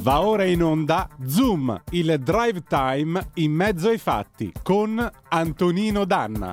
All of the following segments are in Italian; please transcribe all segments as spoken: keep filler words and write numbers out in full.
Va ora in onda Zoom, il drive time in mezzo ai fatti con Antonino Danna.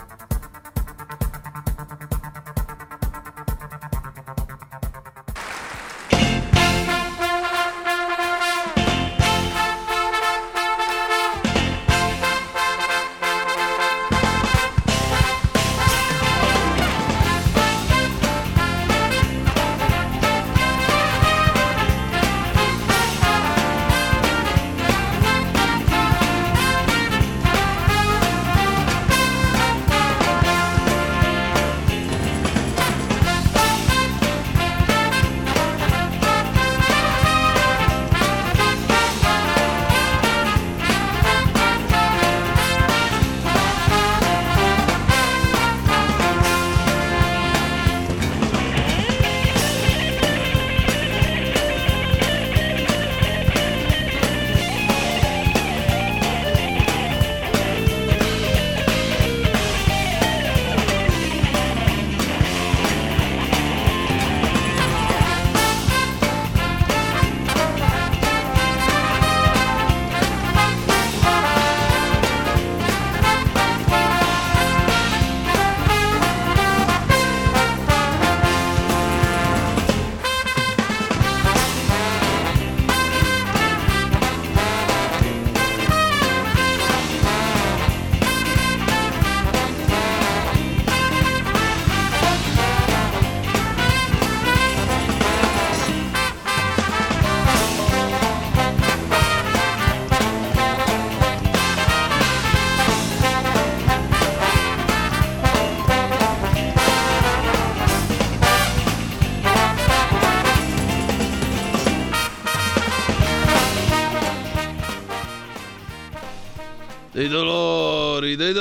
Dei dolori, dei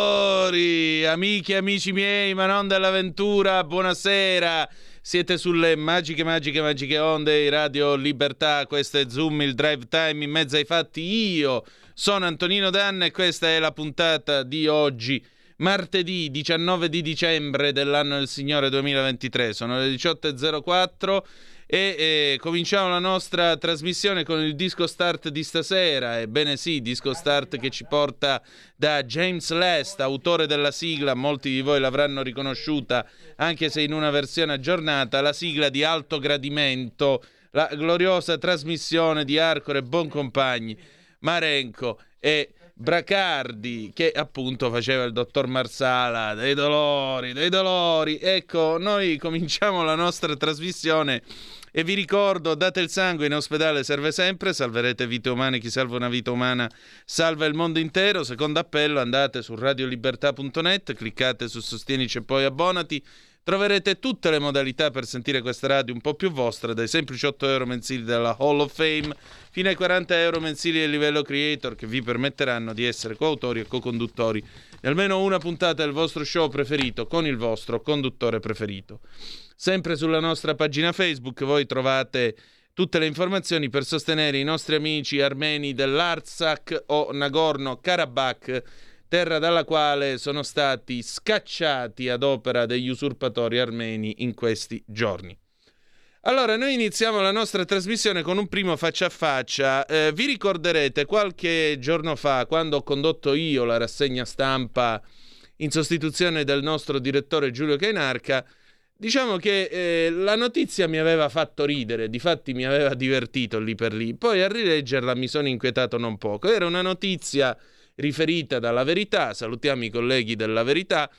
dolori, amiche e amici miei, ma non dell'avventura, buonasera. Siete sulle magiche, magiche, magiche onde di Radio Libertà. Questo è Zoom, il drive time in mezzo ai fatti. Io sono Antonino Danna e questa è la puntata di oggi, martedì diciannove di dicembre dell'anno del Signore duemilaventitré. Sono le diciotto e zero quattro e eh, cominciamo la nostra trasmissione con il disco start di stasera. Ebbene sì, disco start che ci porta da James Last, autore della sigla, molti di voi l'avranno riconosciuta anche se in una versione aggiornata, la sigla di Alto Gradimento, la gloriosa trasmissione di Arcore e Boncompagni, Marenco e Bracardi, che appunto faceva il dottor Marsala. Dei dolori, dei dolori. Ecco, noi cominciamo la nostra trasmissione e vi ricordo, date il sangue, in ospedale serve sempre, salverete vite umane, chi salva una vita umana salva il mondo intero. Secondo appello, andate su radiolibertà punto net, cliccate su Sostienici e poi abbonati, troverete tutte le modalità per sentire questa radio un po' più vostra, dai semplici otto euro mensili della Hall of Fame fino ai quaranta euro mensili del livello creator, che vi permetteranno di essere coautori e co-conduttori di almeno una puntata del vostro show preferito con il vostro conduttore preferito. Sempre sulla nostra pagina Facebook voi trovate tutte le informazioni per sostenere i nostri amici armeni dell'Artsakh o Nagorno-Karabakh, terra dalla quale sono stati scacciati ad opera degli usurpatori armeni in questi giorni. Allora, noi iniziamo la nostra trasmissione con un primo faccia a faccia. Eh, vi ricorderete qualche giorno fa, quando ho condotto io la rassegna stampa in sostituzione del nostro direttore Giulio Cainarca, diciamo che eh, la notizia mi aveva fatto ridere, difatti mi aveva divertito lì per lì. Poi a rileggerla mi sono inquietato non poco. Era una notizia riferita dalla Verità, salutiamo i colleghi della Verità,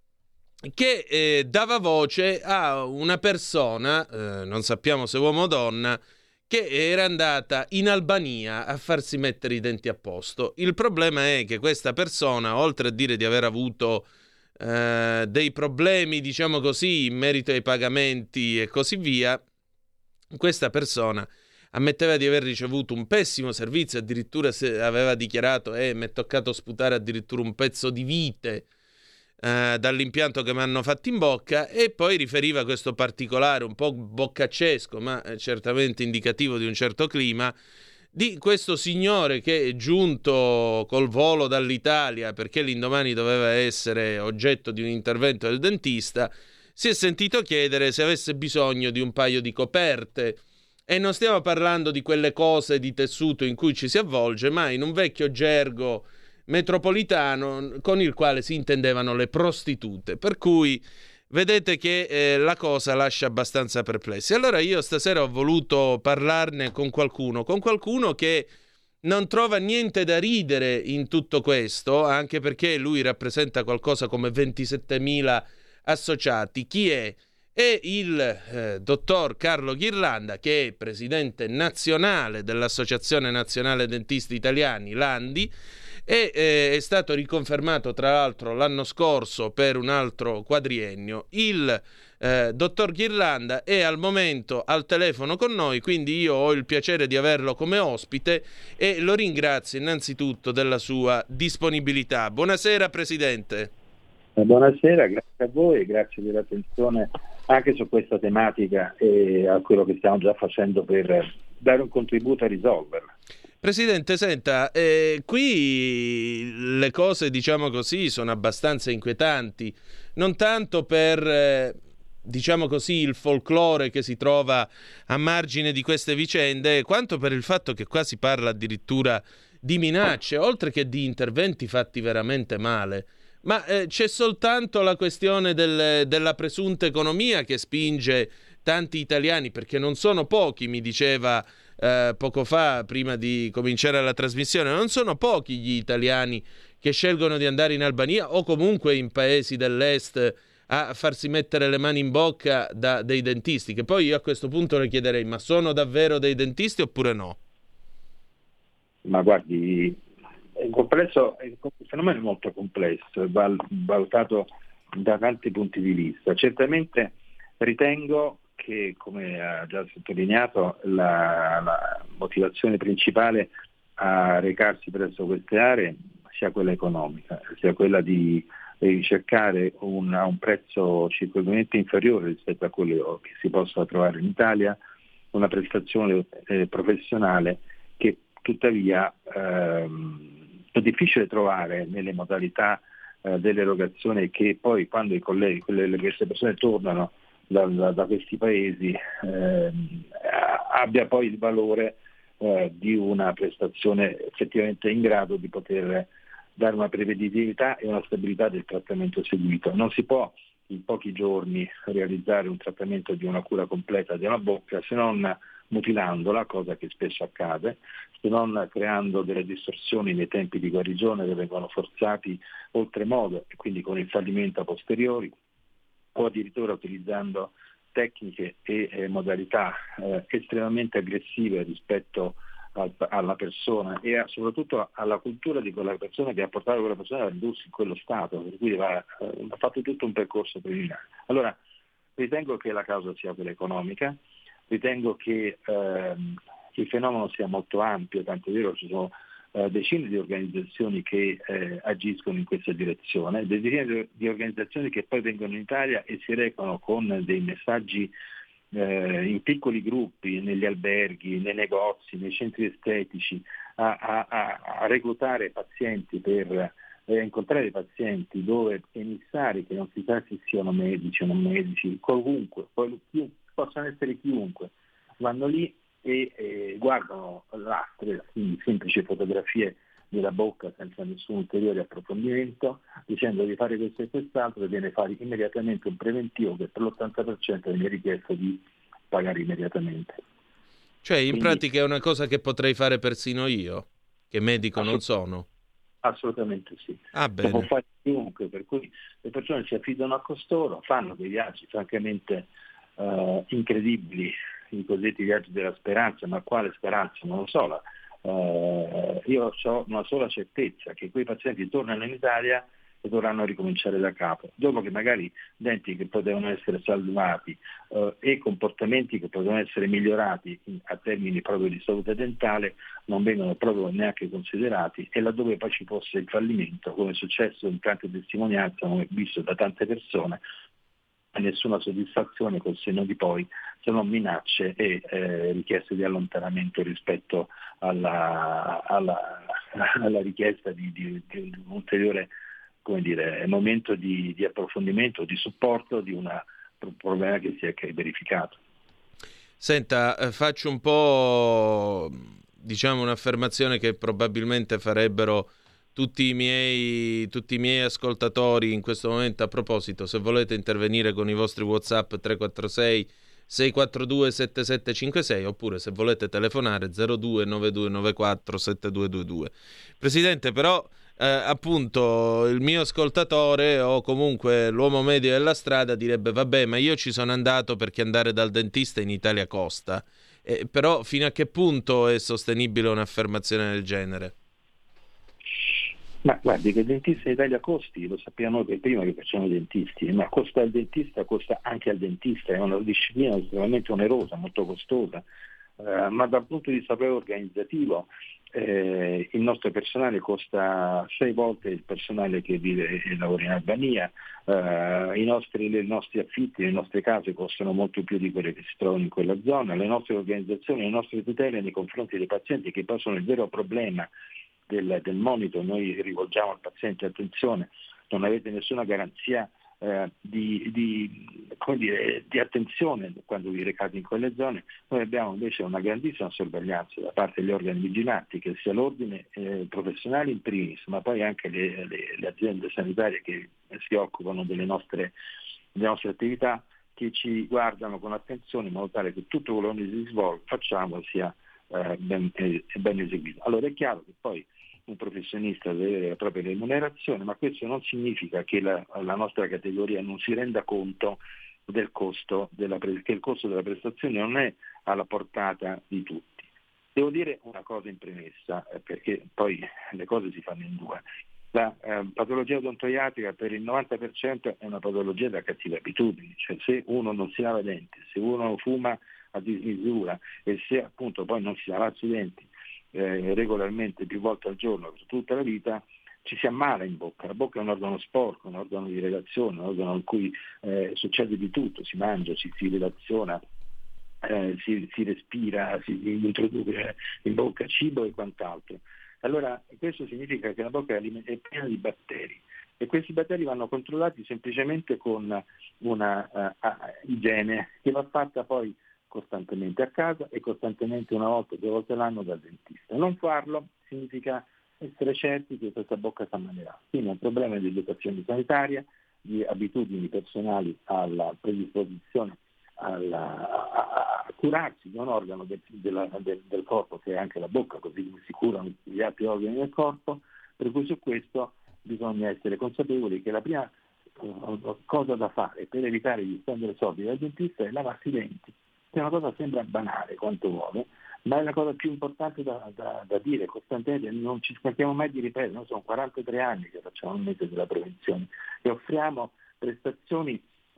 che eh, dava voce a una persona, eh, non sappiamo se uomo o donna, che era andata in Albania a farsi mettere i denti a posto. Il problema è che questa persona, oltre a dire di aver avuto eh, dei problemi, diciamo così, in merito ai pagamenti e così via, questa persona ammetteva di aver ricevuto un pessimo servizio, addirittura se aveva dichiarato e eh, mi è toccato sputare addirittura un pezzo di vite eh, dall'impianto che mi hanno fatto in bocca, e poi riferiva questo particolare un po' boccaccesco ma eh, certamente indicativo di un certo clima di questo signore che è giunto col volo dall'Italia perché l'indomani doveva essere oggetto di un intervento del dentista. Si è sentito chiedere se avesse bisogno di un paio di coperte E non stiamo parlando di quelle cose di tessuto in cui ci si avvolge, ma in un vecchio gergo metropolitano con il quale si intendevano le prostitute. Per cui vedete che eh, la cosa lascia abbastanza perplessi. Allora io stasera ho voluto parlarne con qualcuno, con qualcuno che non trova niente da ridere in tutto questo, anche perché lui rappresenta qualcosa come ventisettemila associati. Chi è? È il eh, dottor Carlo Ghirlanda, che è presidente nazionale dell'Associazione Nazionale Dentisti Italiani, l'A N D I, e eh, è stato riconfermato tra l'altro l'anno scorso per un altro quadriennio. Il eh, dottor Ghirlanda è al momento al telefono con noi, quindi io ho il piacere di averlo come ospite e lo ringrazio innanzitutto della sua disponibilità. Buonasera Presidente. Buonasera, grazie a voi e grazie dell'attenzione anche su questa tematica e a quello che stiamo già facendo per dare un contributo a risolverla. Presidente, senta, eh, qui le cose, diciamo così, sono abbastanza inquietanti, non tanto per, eh, diciamo così, il folklore che si trova a margine di queste vicende, quanto per il fatto che qua si parla addirittura di minacce, oltre che di interventi fatti veramente male. Ma eh, c'è soltanto la questione del, della presunta economia che spinge tanti italiani, perché non sono pochi, mi diceva eh, poco fa, prima di cominciare la trasmissione, non sono pochi gli italiani che scelgono di andare in Albania o comunque in paesi dell'est a farsi mettere le mani in bocca da dei dentisti, che poi io a questo punto le chiederei, ma sono davvero dei dentisti oppure no? Ma guardi, è complesso, il fenomeno è molto complesso, va valutato da tanti punti di vista. Certamente ritengo che, come ha già sottolineato, la, la motivazione principale a recarsi presso queste aree sia quella economica, sia quella di ricercare un, a un prezzo circostanzialmente inferiore rispetto a quello che si possa trovare in Italia, una prestazione eh, professionale che tuttavia ehm, è difficile trovare nelle modalità eh, dell'erogazione, che poi quando i colleghi, quelle, queste persone tornano da, da, da questi paesi eh, abbia poi il valore eh, di una prestazione effettivamente in grado di poter dare una prevedibilità e una stabilità del trattamento seguito. Non si può in pochi giorni realizzare un trattamento di una cura completa di una bocca se non mutilandola, cosa che spesso accade, se non creando delle distorsioni nei tempi di guarigione che vengono forzati oltremodo e quindi con il fallimento a posteriori, o addirittura utilizzando tecniche e eh, modalità eh, estremamente aggressive rispetto al, alla persona e a, soprattutto alla cultura di quella persona, che ha portato quella persona a ridursi in quello stato, per cui va, eh, ha fatto tutto un percorso preliminare. Allora, ritengo che la causa sia quella economica. Ritengo che ehm, il fenomeno sia molto ampio, tanto è vero ci sono eh, decine di organizzazioni che eh, agiscono in questa direzione, decine di organizzazioni che poi vengono in Italia e si recano con dei messaggi eh, in piccoli gruppi, negli alberghi, nei negozi, nei centri estetici, a, a, a, a reclutare pazienti per eh, incontrare i pazienti, dove emissari che non si sa se siano medici o non medici, comunque, poi chiunque, possono essere chiunque, vanno lì e eh, guardano lastre, quindi semplici fotografie della bocca senza nessun ulteriore approfondimento, dicendo di fare questo e quest'altro, e viene fare immediatamente un preventivo che per l'ottanta per cento viene richiesto di pagare immediatamente. Cioè in Quindi, pratica è una cosa che potrei fare persino io, che medico non sono. Assolutamente sì, Ah, lo può bene. fare chiunque, per cui le persone si affidano a costoro, fanno dei viaggi francamente Uh, incredibili, i cosiddetti viaggi della speranza, ma quale speranza? Non lo so. La, uh, io ho una sola certezza, che quei pazienti tornano in Italia e dovranno ricominciare da capo, dopo che magari denti che potevano essere salvati uh, e comportamenti che potevano essere migliorati in, a termini proprio di salute dentale non vengono proprio neanche considerati, e laddove poi ci fosse il fallimento, come è successo in tante testimonianze, come visto da tante persone, nessuna soddisfazione col senno di poi, se non minacce e eh, richieste di allontanamento rispetto alla, alla, alla richiesta di, di, di un ulteriore, come dire, momento di, di approfondimento, di supporto di un problema che si è verificato. Senta, eh, faccio un po', diciamo, un'affermazione che probabilmente farebbero tutti i miei, tutti i miei ascoltatori in questo momento. A proposito, se volete intervenire con i vostri WhatsApp tre quattro sei sei quattro due sette sette cinque sei, oppure se volete telefonare zero due nove due nove quattro sette due due due. Presidente, però eh, appunto il mio ascoltatore, o comunque l'uomo medio della strada, direbbe: vabbè, ma io ci sono andato perché andare dal dentista in Italia costa. Eh, però fino a che punto è sostenibile un'affermazione del genere? Ma guardi, che il dentista in Italia costi, lo sappiamo che prima che facciamo i dentisti, ma costa al dentista, costa anche al dentista, è una disciplina estremamente onerosa, molto costosa, eh, ma dal punto di vista proprio organizzativo eh, il nostro personale costa sei volte il personale che vive e lavora in Albania, eh, i, nostri, i nostri affitti, le nostre case costano molto più di quelle che si trovano in quella zona, le nostre organizzazioni, le nostre tutele nei confronti dei pazienti, che poi sono il vero problema Del, del monito. Noi rivolgiamo al paziente: attenzione, non avete nessuna garanzia eh, di, di, come dire, di attenzione quando vi recate in quelle zone. Noi abbiamo invece una grandissima sorveglianza da parte degli organi vigilanti, che sia l'ordine eh, professionale in primis, ma poi anche le, le, le aziende sanitarie che si occupano delle nostre, delle nostre attività, che ci guardano con attenzione in modo tale che tutto quello che noi svol- facciamo sia eh, ben, eh, ben eseguito. Allora è chiaro che poi un professionista deve avere la propria remunerazione, ma questo non significa che la, la nostra categoria non si renda conto del costo della, che il costo della prestazione non è alla portata di tutti. Devo dire una cosa in premessa, eh, perché poi le cose si fanno in due. La eh, patologia odontoiatrica per il novanta per cento è una patologia da cattive abitudini, cioè se uno non si lava i denti, se uno fuma a dismisura e se appunto poi non si lavasse i denti Eh, regolarmente più volte al giorno per tutta la vita, ci si ammala in bocca. La bocca è un organo sporco, un organo di relazione, un organo in cui eh, succede di tutto, si mangia, si, si relaziona, eh, si, si respira, si introduce in bocca cibo e quant'altro. Allora questo significa che la bocca è piena di batteri e questi batteri vanno controllati semplicemente con una uh, igiene che va fatta poi costantemente a casa e costantemente una volta o due volte l'anno dal dentista. Non farlo significa essere certi che questa bocca si ammalerà. Quindi è un problema di educazione sanitaria, di abitudini personali alla predisposizione alla, a, a curarsi di un organo del, della, del, del corpo, che è anche la bocca, così come si curano gli altri organi del corpo, per cui su questo bisogna essere consapevoli che la prima uh, cosa da fare per evitare di spendere soldi dal dentista è lavarsi i denti. È una cosa che sembra banale quanto vuole, ma è la cosa più importante da, da, da dire costantemente, non ci stanchiamo mai di ripetere. Noi sono quarantatré anni che facciamo il mese della prevenzione e offriamo prestazioni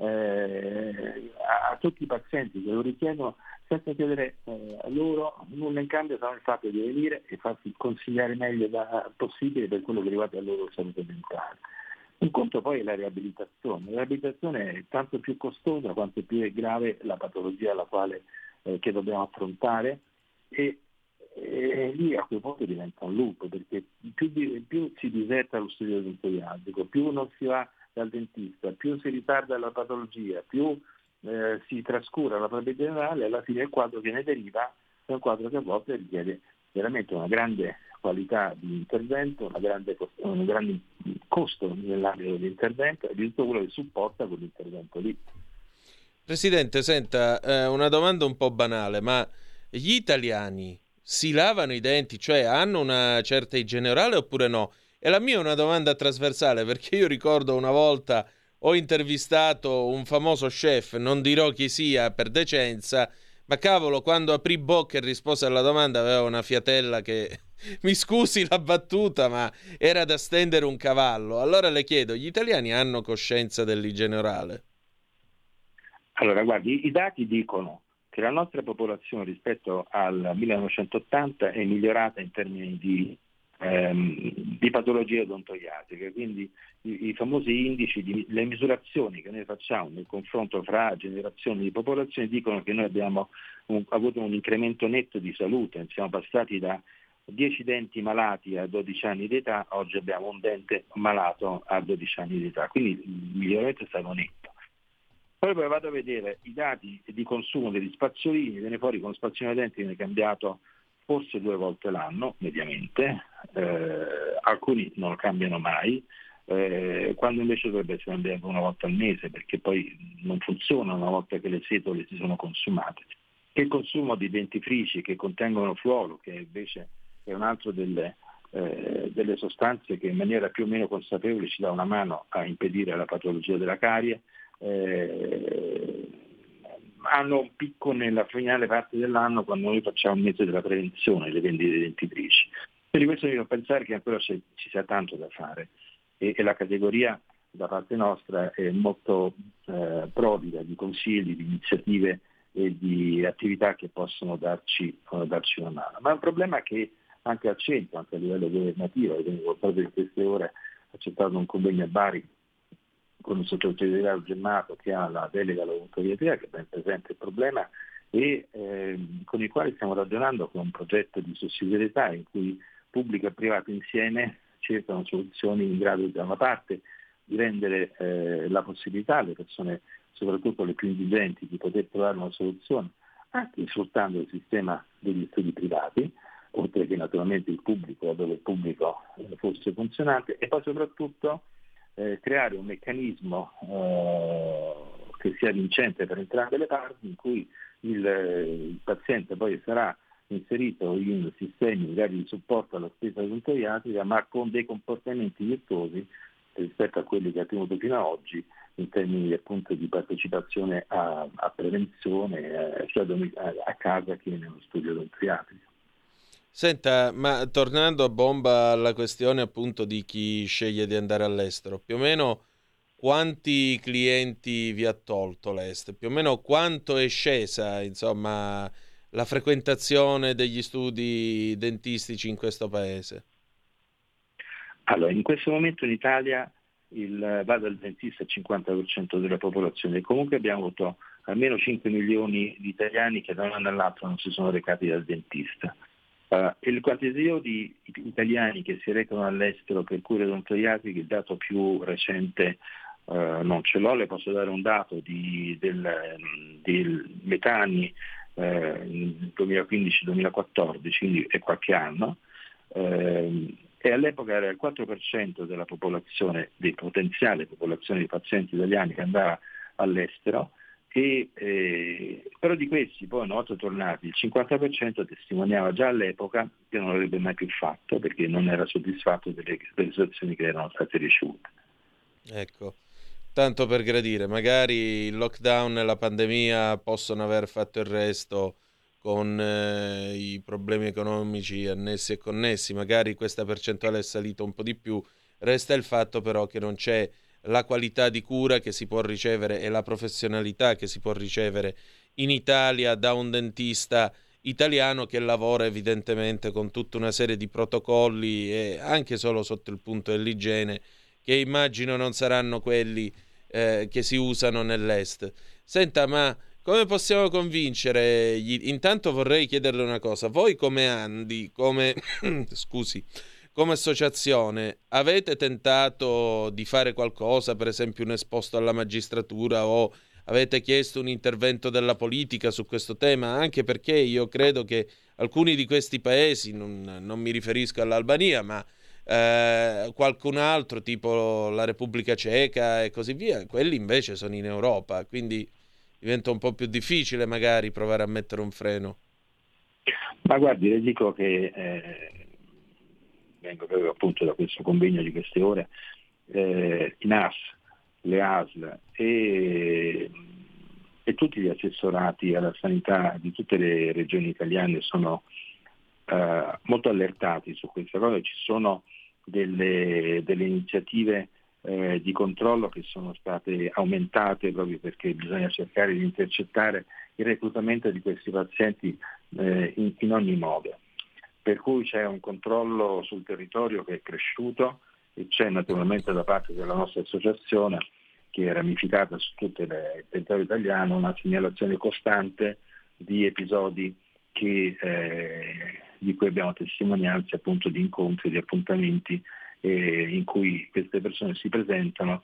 eh, a, a tutti i pazienti che lo richiedono, senza chiedere eh, a loro nulla in cambio, se non il fatto di venire e farsi consigliare meglio da, possibile per quello che riguarda la loro salute dentale. Un conto poi è la riabilitazione. La riabilitazione è tanto più costosa quanto più è grave la patologia alla quale eh, che dobbiamo affrontare e, e lì a quel punto diventa un loop, perché più, di, più si diserta lo studio odontoiatrico, più non si va dal dentista, più si ritarda la patologia, più eh, si trascura la propria generale, alla fine il quadro che ne deriva è un quadro che a volte richiede veramente una grande qualità di intervento, una grande, un grande costo nell'ambito dell'intervento e di tutto quello che supporta quell'intervento lì. Presidente, senta, eh, una domanda un po' banale, ma gli italiani si lavano i denti, cioè hanno una certa igiene orale oppure no? E la mia è una domanda trasversale, perché io ricordo una volta ho intervistato un famoso chef, non dirò chi sia per decenza, ma cavolo, quando aprì bocca e rispose alla domanda aveva una fiatella che, mi scusi la battuta, ma era da stendere un cavallo. Allora le chiedo, gli italiani hanno coscienza dell'igiene orale? Allora, guardi, i dati dicono che la nostra popolazione rispetto al millenovecentottanta è migliorata in termini di, ehm, di patologie odontoiatriche, quindi i, i famosi indici, di, le misurazioni che noi facciamo nel confronto fra generazioni di popolazione dicono che noi abbiamo un, avuto un incremento netto di salute, siamo passati da dieci denti malati a dodici anni di età, oggi abbiamo un dente malato a dodici anni di età, quindi il miglioramento è stato netto. Poi poi vado a vedere i dati di consumo degli spazzolini, viene fuori che uno spazzolino denti viene cambiato forse due volte l'anno, mediamente, eh, alcuni non lo cambiano mai, eh, quando invece dovrebbe essere cambiato una volta al mese, perché poi non funziona una volta che le setole si sono consumate. Che il consumo di dentifrici che contengono fluoro, che invece è un altro delle, eh, delle sostanze che in maniera più o meno consapevole ci dà una mano a impedire la patologia della carie, eh, hanno un picco nella finale parte dell'anno, quando noi facciamo un mese della prevenzione, le vendite dei dentifrici. Per questo devo pensare che ancora ci sia tanto da fare e, e la categoria da parte nostra è molto eh, provvida di consigli, di iniziative e di attività che possono darci, uh, darci una mano. Ma è un problema che anche al centro, anche a livello governativo, vengo proprio in queste ore accettato un convegno a Bari con il sottosegretario Gemmato che ha la delega all'odontoiatria, che è ben presente il problema, e eh, con il quale stiamo ragionando con un progetto di sussidiarietà in cui pubblico e privato insieme cercano soluzioni in grado da una parte di rendere eh, la possibilità alle persone, soprattutto le più indigenti, di poter trovare una soluzione anche sfruttando il sistema degli studi privati, oltre che naturalmente il pubblico, dove il pubblico eh, fosse funzionante, e poi soprattutto eh, creare un meccanismo eh, che sia vincente per entrambe le parti, in cui il, il paziente poi sarà inserito in sistemi magari di supporto alla spesa odontoiatrica, ma con dei comportamenti virtuosi rispetto a quelli che ha tenuto fino ad oggi in termini appunto di partecipazione a, a prevenzione eh, sia a, a casa che nello studio odontoiatrico. Senta, ma tornando a bomba alla questione appunto di chi sceglie di andare all'estero, più o meno quanti clienti vi ha tolto l'Est? Più o meno quanto è scesa, insomma, la frequentazione degli studi dentistici in questo paese? Allora, in questo momento in Italia il vado al dentista il cinquanta per cento della popolazione, e comunque abbiamo avuto almeno cinque milioni di italiani che da un anno all'altro non si sono recati dal dentista. Uh, il quantitativo di italiani che si recano all'estero per cure odontoiatriche, il dato più recente uh, non ce l'ho, le posso dare un dato di, del, del metà anni eh, duemilaquindici duemilaquattordici, quindi è qualche anno, eh, e all'epoca era il quattro per cento della popolazione, di potenziale popolazione di pazienti italiani che andava all'estero, e, eh, però di questi poi una volta tornati il cinquanta per cento testimoniava già all'epoca che non l'avrebbe mai più fatto perché non era soddisfatto delle prestazioni che erano state ricevute. Ecco, tanto per gradire, magari il lockdown e la pandemia possono aver fatto il resto con eh, i problemi economici annessi e connessi, magari questa percentuale è salita un po' di più, resta il fatto però che non c'è la qualità di cura che si può ricevere e la professionalità che si può ricevere in Italia da un dentista italiano che lavora evidentemente con tutta una serie di protocolli e anche solo sotto il punto dell'igiene che immagino non saranno quelli eh, che si usano nell'est. Senta, ma come possiamo convincere gli... Intanto vorrei chiederle una cosa, voi come Andi, come scusi, come associazione avete tentato di fare qualcosa, per esempio un esposto alla magistratura, o avete chiesto un intervento della politica su questo tema? Anche perché io credo che alcuni di questi paesi, non, non mi riferisco all'Albania, ma eh, qualcun altro, tipo la Repubblica Ceca e così via, quelli invece sono in Europa, quindi diventa un po' più difficile magari provare a mettere un freno. Ma guardi, le dico che eh, vengo proprio appunto da questo convegno di queste ore, eh, i N A S, le A S L e, e tutti gli assessorati alla sanità di tutte le regioni italiane sono eh, molto allertati su questa cosa. Ci sono delle, delle iniziative eh, di controllo che sono state aumentate proprio perché bisogna cercare di intercettare il reclutamento di questi pazienti eh, in, in ogni modo. Per cui c'è un controllo sul territorio che è cresciuto e c'è naturalmente da parte della nostra associazione, che è ramificata su tutto il territorio italiano, una segnalazione costante di episodi che, eh, di cui abbiamo testimonianze appunto di incontri, di appuntamenti eh, in cui queste persone si presentano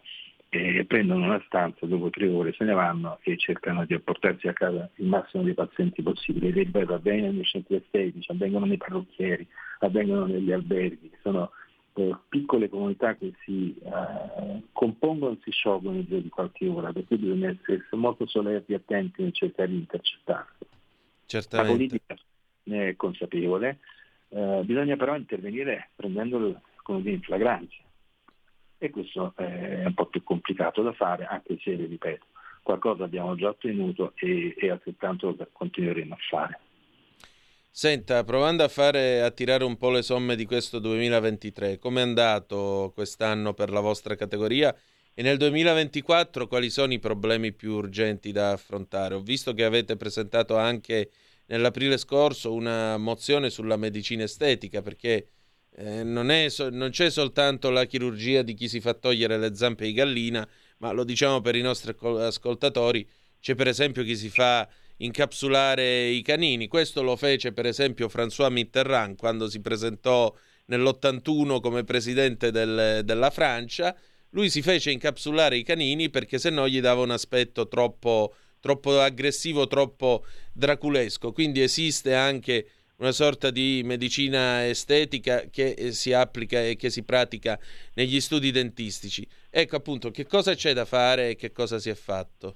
e prendono una stanza, dopo tre ore se ne vanno e cercano di portarsi a casa il massimo di pazienti possibili. Ripeto, avvengono nei centri estetici, avvengono nei parrucchieri, avvengono negli alberghi, sono eh, piccole comunità che si eh, compongono e si sciolgono in giro di qualche ora, per cui bisogna essere molto solerti e attenti nel cercare di intercettarli. La politica ne è consapevole, eh, bisogna però intervenire prendendolo come dire in flagranza. E questo è un po' più complicato da fare, anche se, ripeto, qualcosa abbiamo già ottenuto e, e altrettanto continueremo a fare. Senta, provando a fare a tirare un po' le somme di questo duemilaventitré, come è andato quest'anno per la vostra categoria e nel duemilaventiquattro quali sono i problemi più urgenti da affrontare? Ho visto che avete presentato anche nell'aprile scorso una mozione sulla medicina estetica, perché Eh, non, è so- non c'è soltanto la chirurgia di chi si fa togliere le zampe di gallina, ma lo diciamo per i nostri ascoltatori, c'è per esempio chi si fa incapsulare i canini. Questo lo fece per esempio François Mitterrand quando si presentò nell'ottantuno come presidente del- della Francia. Lui si fece incapsulare i canini perché se no gli dava un aspetto troppo, troppo aggressivo, troppo draculesco. Quindi esiste anche una sorta di medicina estetica che si applica e che si pratica negli studi dentistici. Ecco appunto, che cosa c'è da fare e che cosa si è fatto?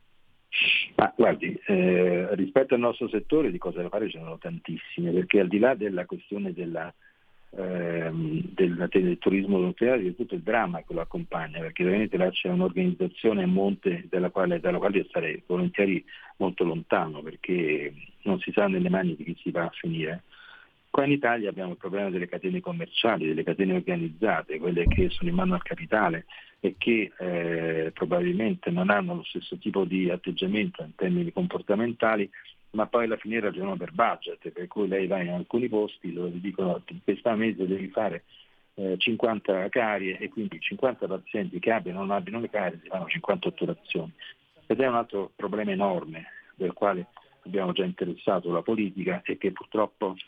Ma guardi, eh, rispetto al nostro settore di cose da fare ce ne sono tantissime, perché al di là della questione della, ehm, del, del turismo volontario, di tutto il dramma che lo accompagna, perché ovviamente là c'è un'organizzazione a monte dalla quale, dalla quale io sarei volentieri molto lontano, perché non si sa nelle mani di chi si va a finire. Qua in Italia abbiamo il problema delle catene commerciali, delle catene organizzate, quelle che sono in mano al capitale e che eh, probabilmente non hanno lo stesso tipo di atteggiamento in termini comportamentali, ma poi alla fine ragionano per budget, per cui lei va in alcuni posti dove vi dicono che questa mese devi fare eh, cinquanta carie e quindi cinquanta pazienti che abbiano o non abbiano le carie si fanno cinquanta otturazioni. Ed è un altro problema enorme del quale abbiamo già interessato la politica e che purtroppo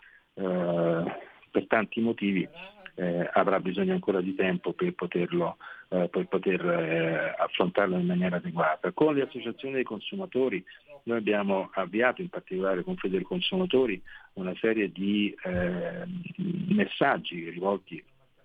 eh, per tanti motivi eh, avrà bisogno ancora di tempo per poterlo eh, per poter eh, affrontarlo in maniera adeguata. Con le associazioni dei consumatori noi abbiamo avviato, in particolare con Federconsumatori, una serie di eh, messaggi rivolti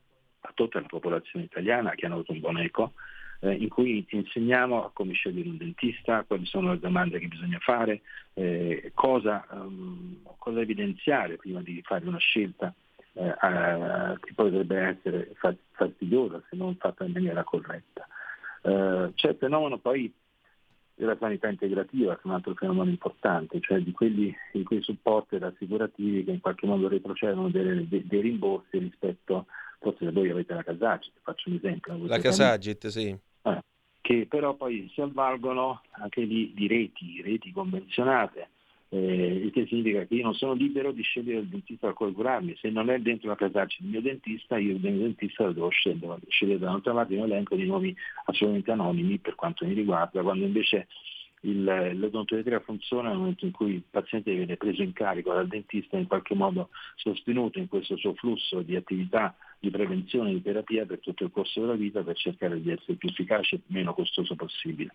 a tutta la popolazione italiana che hanno avuto un buon eco, eh, in cui insegniamo a come scegliere un dentista, quali sono le domande che bisogna fare, eh, cosa, um, cosa evidenziare prima di fare una scelta eh, eh, che potrebbe essere fastidiosa se non fatta in maniera corretta. Eh, c'è il fenomeno poi della sanità integrativa, che è un altro fenomeno importante, cioè di quelli di quei supporti assicurativi che in qualche modo retrocedono dei, dei, dei rimborsi rispetto, forse voi avete la Casagit, faccio un esempio. La Casagit, sì. Eh, che però poi si avvalgono anche lì di reti, reti convenzionate, eh, il che significa che io non sono libero di scegliere il dentista al quale curarmi. Se non è dentro la Casagit il mio dentista, io il mio dentista lo devo scegliere, scegliere da un'altra parte un elenco di nomi assolutamente anonimi per quanto mi riguarda, quando invece il, l'odontoiatria funziona nel momento in cui il paziente viene preso in carico dal dentista e in qualche modo sostenuto in questo suo flusso di attività di prevenzione e di terapia per tutto il corso della vita, per cercare di essere più efficace e meno costoso possibile.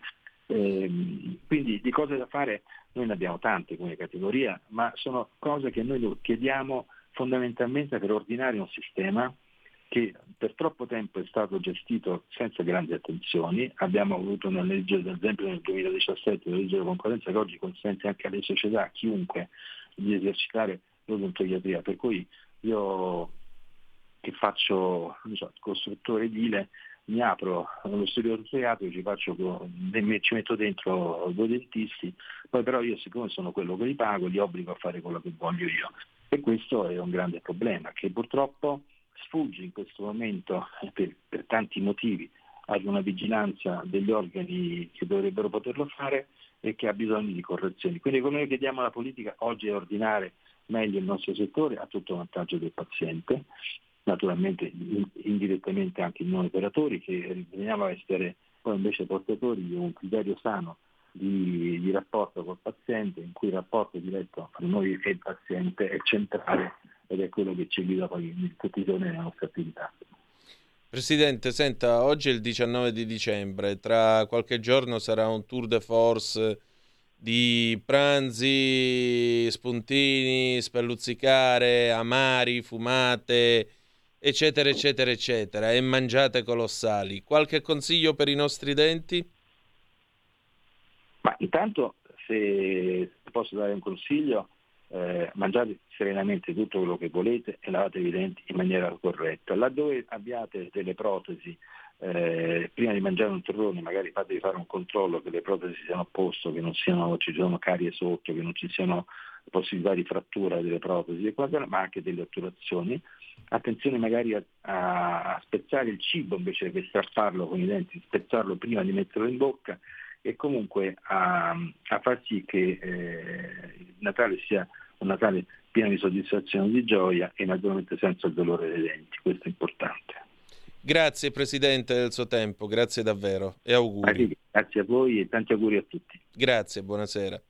Ehm, quindi di cose da fare noi ne abbiamo tante come categoria, ma sono cose che noi chiediamo fondamentalmente per ordinare un sistema che per troppo tempo è stato gestito senza grandi attenzioni. Abbiamo avuto una legge, ad esempio nel duemiladiciassette, la legge della concorrenza che oggi consente anche alle società, a chiunque, di esercitare l'odontoiatria, per cui io che faccio non so, costruttore edile, mi apro lo studio odontoiatrico, ci faccio ci metto dentro due dentisti, poi però io siccome sono quello che li pago, li obbligo a fare quello che voglio io. E questo è un grande problema che purtroppo sfugge in questo momento per, per tanti motivi ad una vigilanza degli organi che dovrebbero poterlo fare e che ha bisogno di correzioni. Quindi come noi chiediamo alla politica oggi è ordinare meglio il nostro settore a tutto vantaggio del paziente, naturalmente indirettamente anche i non operatori che riteniamo essere poi invece portatori di un criterio sano di, di rapporto col paziente, in cui il rapporto diretto tra noi e il paziente è centrale ed è quello che ci guida poi tutti i giorni nella nostra attività. Presidente, senta, oggi è il diciannove di dicembre, tra qualche giorno sarà un tour de force di pranzi, spuntini, spelluzzicare, amari, fumate, eccetera, eccetera, eccetera, e mangiate colossali. Qualche consiglio per i nostri denti? Ma intanto, se posso dare un consiglio, eh, mangiate serenamente tutto quello che volete e lavatevi i denti in maniera corretta. Laddove abbiate delle protesi, eh, prima di mangiare un torrone magari fatevi fare un controllo che le protesi siano a posto, che non siano, ci siano carie sotto, che non ci siano possibilità di frattura delle protesi, ma anche delle otturazioni. Attenzione magari a, a spezzare il cibo invece che strapparlo con i denti, spezzarlo prima di metterlo in bocca, e comunque a, a far sì che eh, il Natale sia un Natale pieno di soddisfazione e di gioia e naturalmente senza il dolore dei denti. Questo è importante. Grazie Presidente del suo tempo, grazie davvero e auguri. Grazie a voi e tanti auguri a tutti. Grazie, buonasera.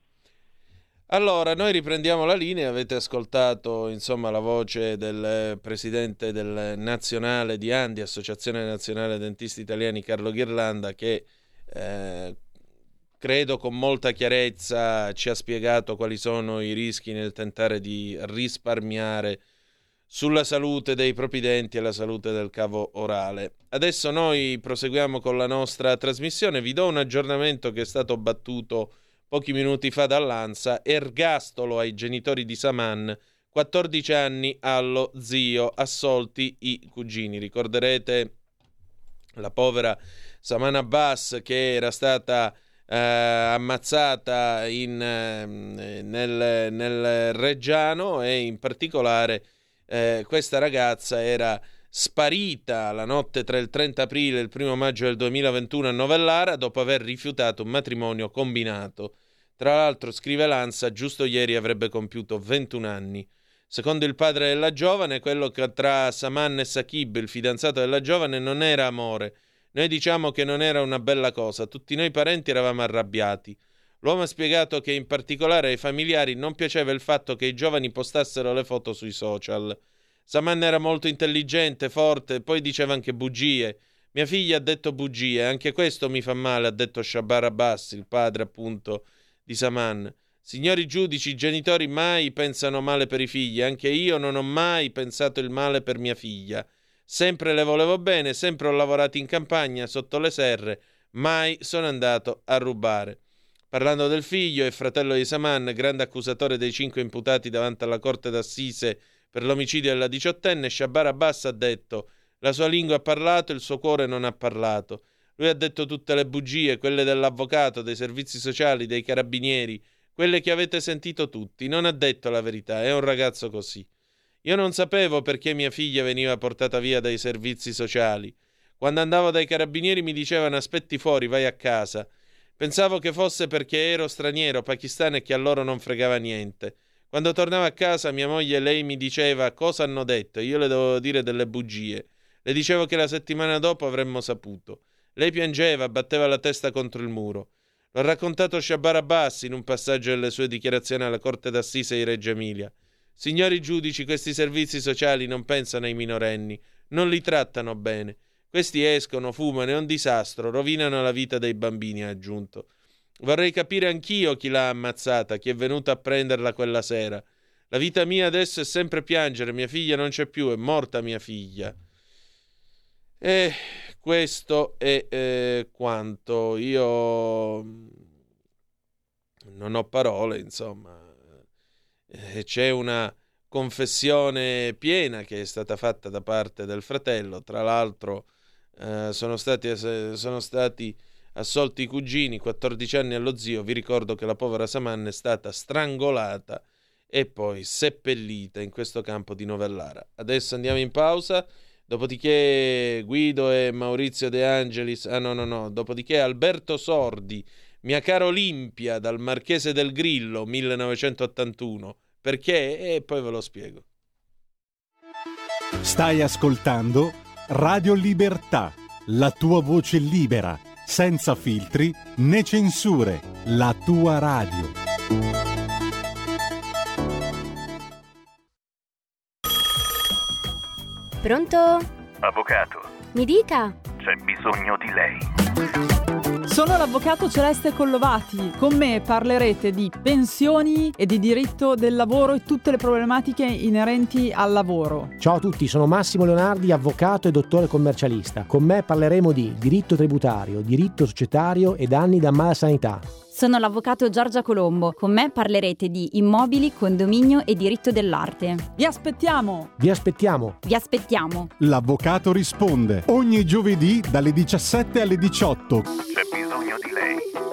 Allora, noi riprendiamo la linea, avete ascoltato insomma la voce del presidente del Nazionale di Andi, Associazione Nazionale Dentisti Italiani, Carlo Ghirlanda, che eh, credo con molta chiarezza ci ha spiegato quali sono i rischi nel tentare di risparmiare sulla salute dei propri denti e la salute del cavo orale. Adesso noi proseguiamo con la nostra trasmissione, vi do un aggiornamento che è stato battuto pochi minuti fa dall'ANSA. Ergastolo ai genitori di Saman, quattordici anni allo zio, assolti i cugini. Ricorderete la povera Saman Abbas che era stata eh, ammazzata in, eh, nel, nel Reggiano, e in particolare eh, questa ragazza era sparita la notte tra il trenta aprile e il primo maggio del duemilaventuno a Novellara dopo aver rifiutato un matrimonio combinato. Tra l'altro, scrive l'ANSA, giusto ieri avrebbe compiuto ventuno anni. Secondo il padre della giovane, quello che tra Saman e Saqib, il fidanzato della giovane, non era amore. Noi diciamo che non era una bella cosa, tutti noi parenti eravamo arrabbiati. L'uomo ha spiegato che in particolare ai familiari non piaceva il fatto che i giovani postassero le foto sui social. Saman era molto intelligente, forte, poi diceva anche bugie. Mia figlia ha detto bugie, anche questo mi fa male, ha detto Shabar Abbas, il padre appunto di Saman. Signori giudici, i genitori mai pensano male per i figli, anche io non ho mai pensato il male per mia figlia. Sempre le volevo bene, sempre ho lavorato in campagna, sotto le serre, mai sono andato a rubare. Parlando del figlio e fratello di Saman, grande accusatore dei cinque imputati davanti alla corte d'assise per l'omicidio della diciottenne, Shabar Abbas ha detto: la sua lingua ha parlato, il suo cuore non ha parlato. Lui ha detto tutte le bugie, quelle dell'avvocato, dei servizi sociali, dei carabinieri, quelle che avete sentito tutti. Non ha detto la verità, è un ragazzo così. Io non sapevo perché mia figlia veniva portata via dai servizi sociali. Quando andavo dai carabinieri mi dicevano aspetti fuori, vai a casa. Pensavo che fosse perché ero straniero, pakistano, e che a loro non fregava niente. Quando tornavo a casa mia moglie, lei mi diceva cosa hanno detto, io le dovevo dire delle bugie. Le dicevo che la settimana dopo avremmo saputo. Lei piangeva, batteva la testa contro il muro. L'ho raccontato Shabar Abbas in un passaggio delle sue dichiarazioni alla Corte d'Assise di Reggio Emilia. Signori giudici, questi servizi sociali non pensano ai minorenni, non li trattano bene. Questi escono, fumano, è un disastro, rovinano la vita dei bambini, ha aggiunto. Vorrei capire anch'io chi l'ha ammazzata, chi è venuto a prenderla quella sera. La vita mia adesso è sempre piangere, mia figlia non c'è più, è morta mia figlia. E questo è eh, quanto. Io non ho parole, insomma. Eh, c'è una confessione piena che è stata fatta da parte del fratello. Tra l'altro eh, sono stati, sono stati assolti i cugini, quattordici anni allo zio. Vi ricordo che la povera Saman è stata strangolata e poi seppellita in questo campo di Novellara. Adesso andiamo in pausa, dopodiché Guido e Maurizio De Angelis, ah no no no, dopodiché Alberto Sordi, Mia cara Olimpia dal Marchese del Grillo, millenovecentottantuno. Perché? E poi ve lo spiego. Stai ascoltando Radio Libertà, la tua voce libera, senza filtri né censure, la tua radio. Pronto? Avvocato, Mi dica. c'è bisogno di lei. Sono l'avvocato Celeste Collovati. Con me parlerete di pensioni e di diritto del lavoro e tutte le problematiche inerenti al lavoro. Ciao a tutti, sono Massimo Leonardi, avvocato e dottore commercialista. Con me parleremo di diritto tributario, diritto societario e danni da malasanità. Sono l'avvocato Giorgia Colombo. Con me parlerete di immobili, condominio e diritto dell'arte. Vi aspettiamo! Vi aspettiamo! Vi aspettiamo. L'avvocato risponde ogni giovedì dalle diciassette alle diciotto. C'è bisogno di lei.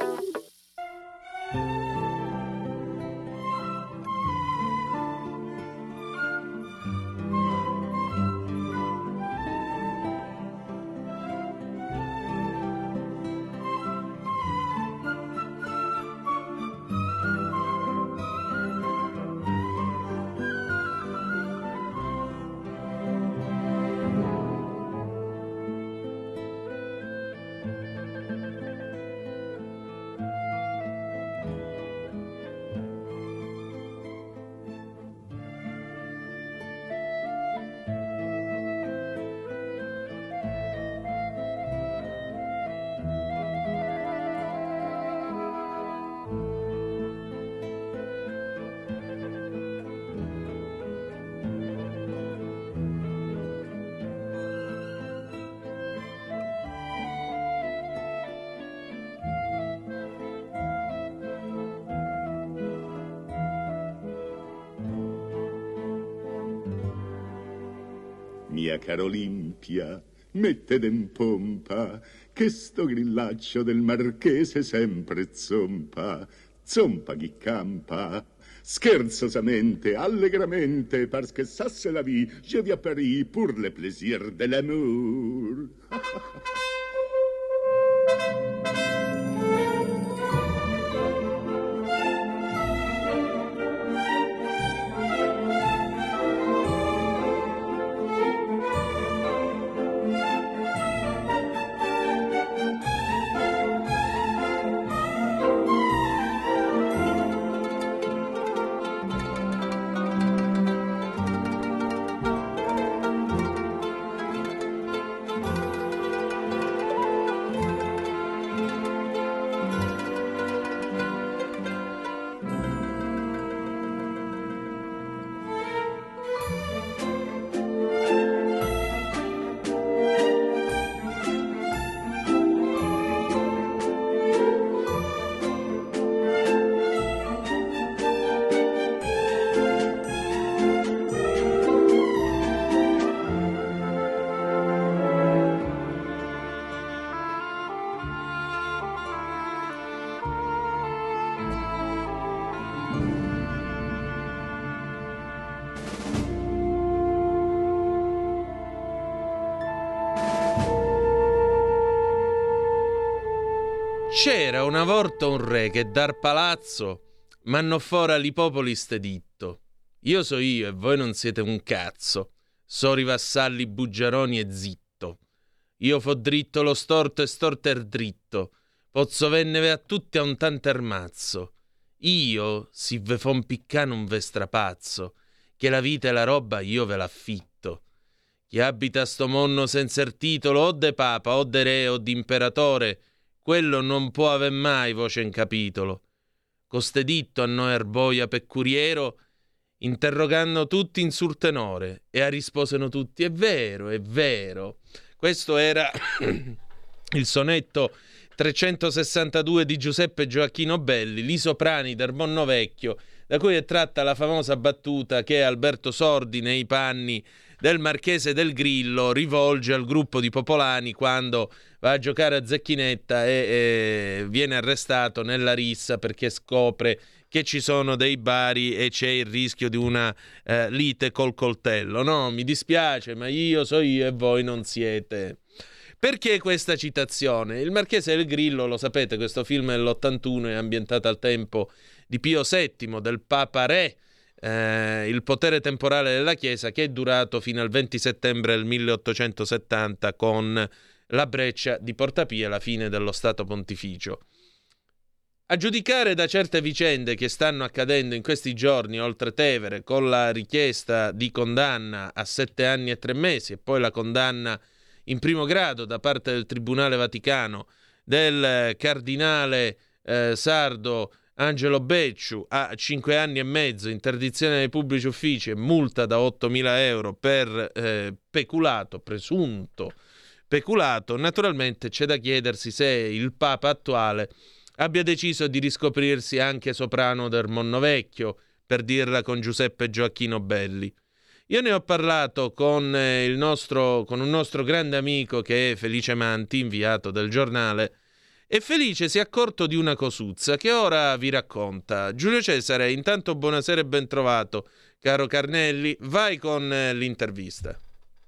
Mia cara Olimpia, mettete in pompa, che sto grillaccio del marchese sempre zompa, zompa chi campa. Scherzosamente, allegramente, parce que ça c'est la vie, je viens à Paris pour le plaisir de l'amour. C'era una volta un re che dar palazzo m'hanno fora li popoli ste ditto. Io so io e voi non siete un cazzo. So rivassalli bugiaroni e zitto. Io fo dritto lo storto e storter dritto. Pozzo venneve a tutti a un tanter mazzo. Io, si ve fon piccano un ve strapazzo, che la vita e la roba io ve l'affitto. Chi abita a sto monno senza er titolo o de papa o de re o d'imperatore, quello non può aver mai voce in capitolo. Coste ditto a noi erboia peccuriero, interrogando tutti in sul tenore, e a risposeno tutti, è vero, è vero. Questo era il sonetto trecentosessantadue di Giuseppe Gioacchino Belli, l'Isoprani del Monno Vecchio, da cui è tratta la famosa battuta che Alberto Sordi, nei panni del Marchese del Grillo, rivolge al gruppo di popolani quando va a giocare a zecchinetta e, e viene arrestato nella rissa perché scopre che ci sono dei bari e c'è il rischio di una eh, lite col coltello. No, mi dispiace, ma io so io e voi non siete. Perché questa citazione? Il Marchese del Grillo, lo sapete, questo film dell'ottantuno è ambientato al tempo di Pio settimo, del Papa Re, eh, il potere temporale della Chiesa, che è durato fino al venti settembre del milleottocentosettanta con la breccia di Porta Pia, la fine dello Stato Pontificio. A giudicare da certe vicende che stanno accadendo in questi giorni oltre Tevere, con la richiesta di condanna a sette anni e tre mesi e poi la condanna in primo grado da parte del Tribunale Vaticano del cardinale eh, sardo Angelo Becciu a cinque anni e mezzo, interdizione dai pubblici uffici e multa da ottomila euro per eh, peculato, presunto peculato, naturalmente c'è da chiedersi se il Papa attuale abbia deciso di riscoprirsi anche soprano del Monnovecchio, per dirla con Giuseppe Gioacchino Belli. Io ne ho parlato con, eh, il nostro, con un nostro grande amico che è Felice Manti, inviato del giornale, e Felice si è accorto di una cosuzza che ora vi racconta. Giulio Cesare, intanto buonasera e ben trovato, caro Carnelli, vai con eh, l'intervista.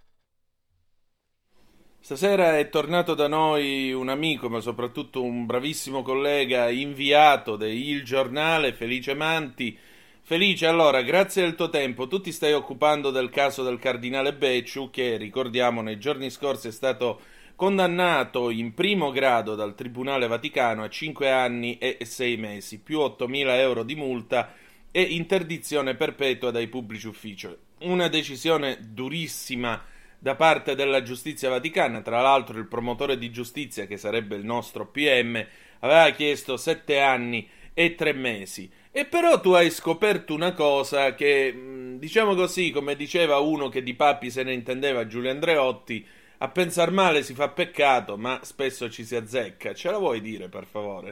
Stasera è tornato da noi un amico, ma soprattutto un bravissimo collega, inviato del Il Giornale, Felice Manti. Felice, allora, grazie del tuo tempo. Tu ti stai occupando del caso del cardinale Becciu, che, ricordiamo, nei giorni scorsi è stato condannato in primo grado dal Tribunale Vaticano a cinque anni e sei mesi, più ottomila euro di multa e interdizione perpetua dai pubblici uffici. Una decisione durissima da parte della giustizia vaticana. Tra l'altro il promotore di giustizia, che sarebbe il nostro P M, aveva chiesto sette anni e tre mesi. E però tu hai scoperto una cosa che, diciamo così, come diceva uno che di papi se ne intendeva, Giulio Andreotti, a pensar male si fa peccato, ma spesso ci si azzecca. Ce la vuoi dire, per favore?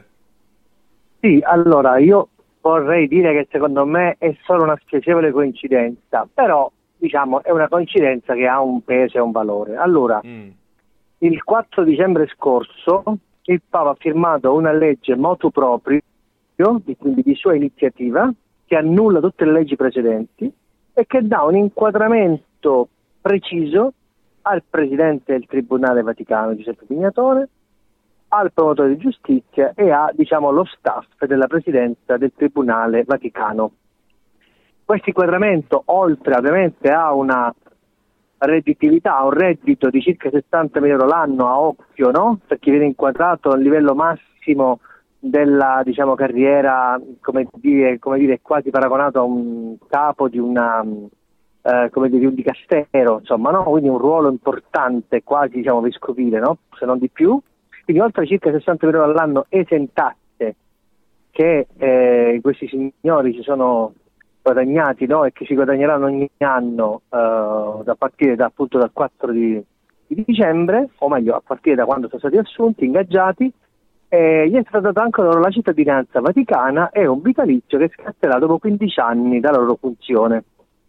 Sì, allora, io vorrei dire che secondo me è solo una spiacevole coincidenza, però diciamo è una coincidenza che ha un peso e un valore. Allora, mm. il quattro dicembre scorso il Papa ha firmato una legge motu proprio, quindi di sua iniziativa, che annulla tutte le leggi precedenti e che dà un inquadramento preciso al Presidente del Tribunale Vaticano, Giuseppe Pignatone, al Promotore di Giustizia e a, diciamo, lo staff della Presidenza del Tribunale Vaticano. Questo inquadramento, oltre ovviamente a una redditività, un reddito di circa settantamila euro l'anno a occhio, no? Per chi viene inquadrato a livello massimo della, diciamo, carriera, come dire, come dire, quasi paragonato a un capo di una eh, come dire, di un dicastero, insomma, no? Quindi un ruolo importante, quasi, diciamo, vescovile, no? Se non di più. Quindi oltre a circa sessantamila euro all'anno esentatte che eh, questi signori si sono guadagnati, no? E che si guadagneranno ogni anno eh, da partire da, appunto dal quattro di, di dicembre, o meglio a partire da quando sono stati assunti, ingaggiati, e gli è stata data anche loro la cittadinanza vaticana e un vitalizio che scatterà dopo quindici anni dalla loro funzione.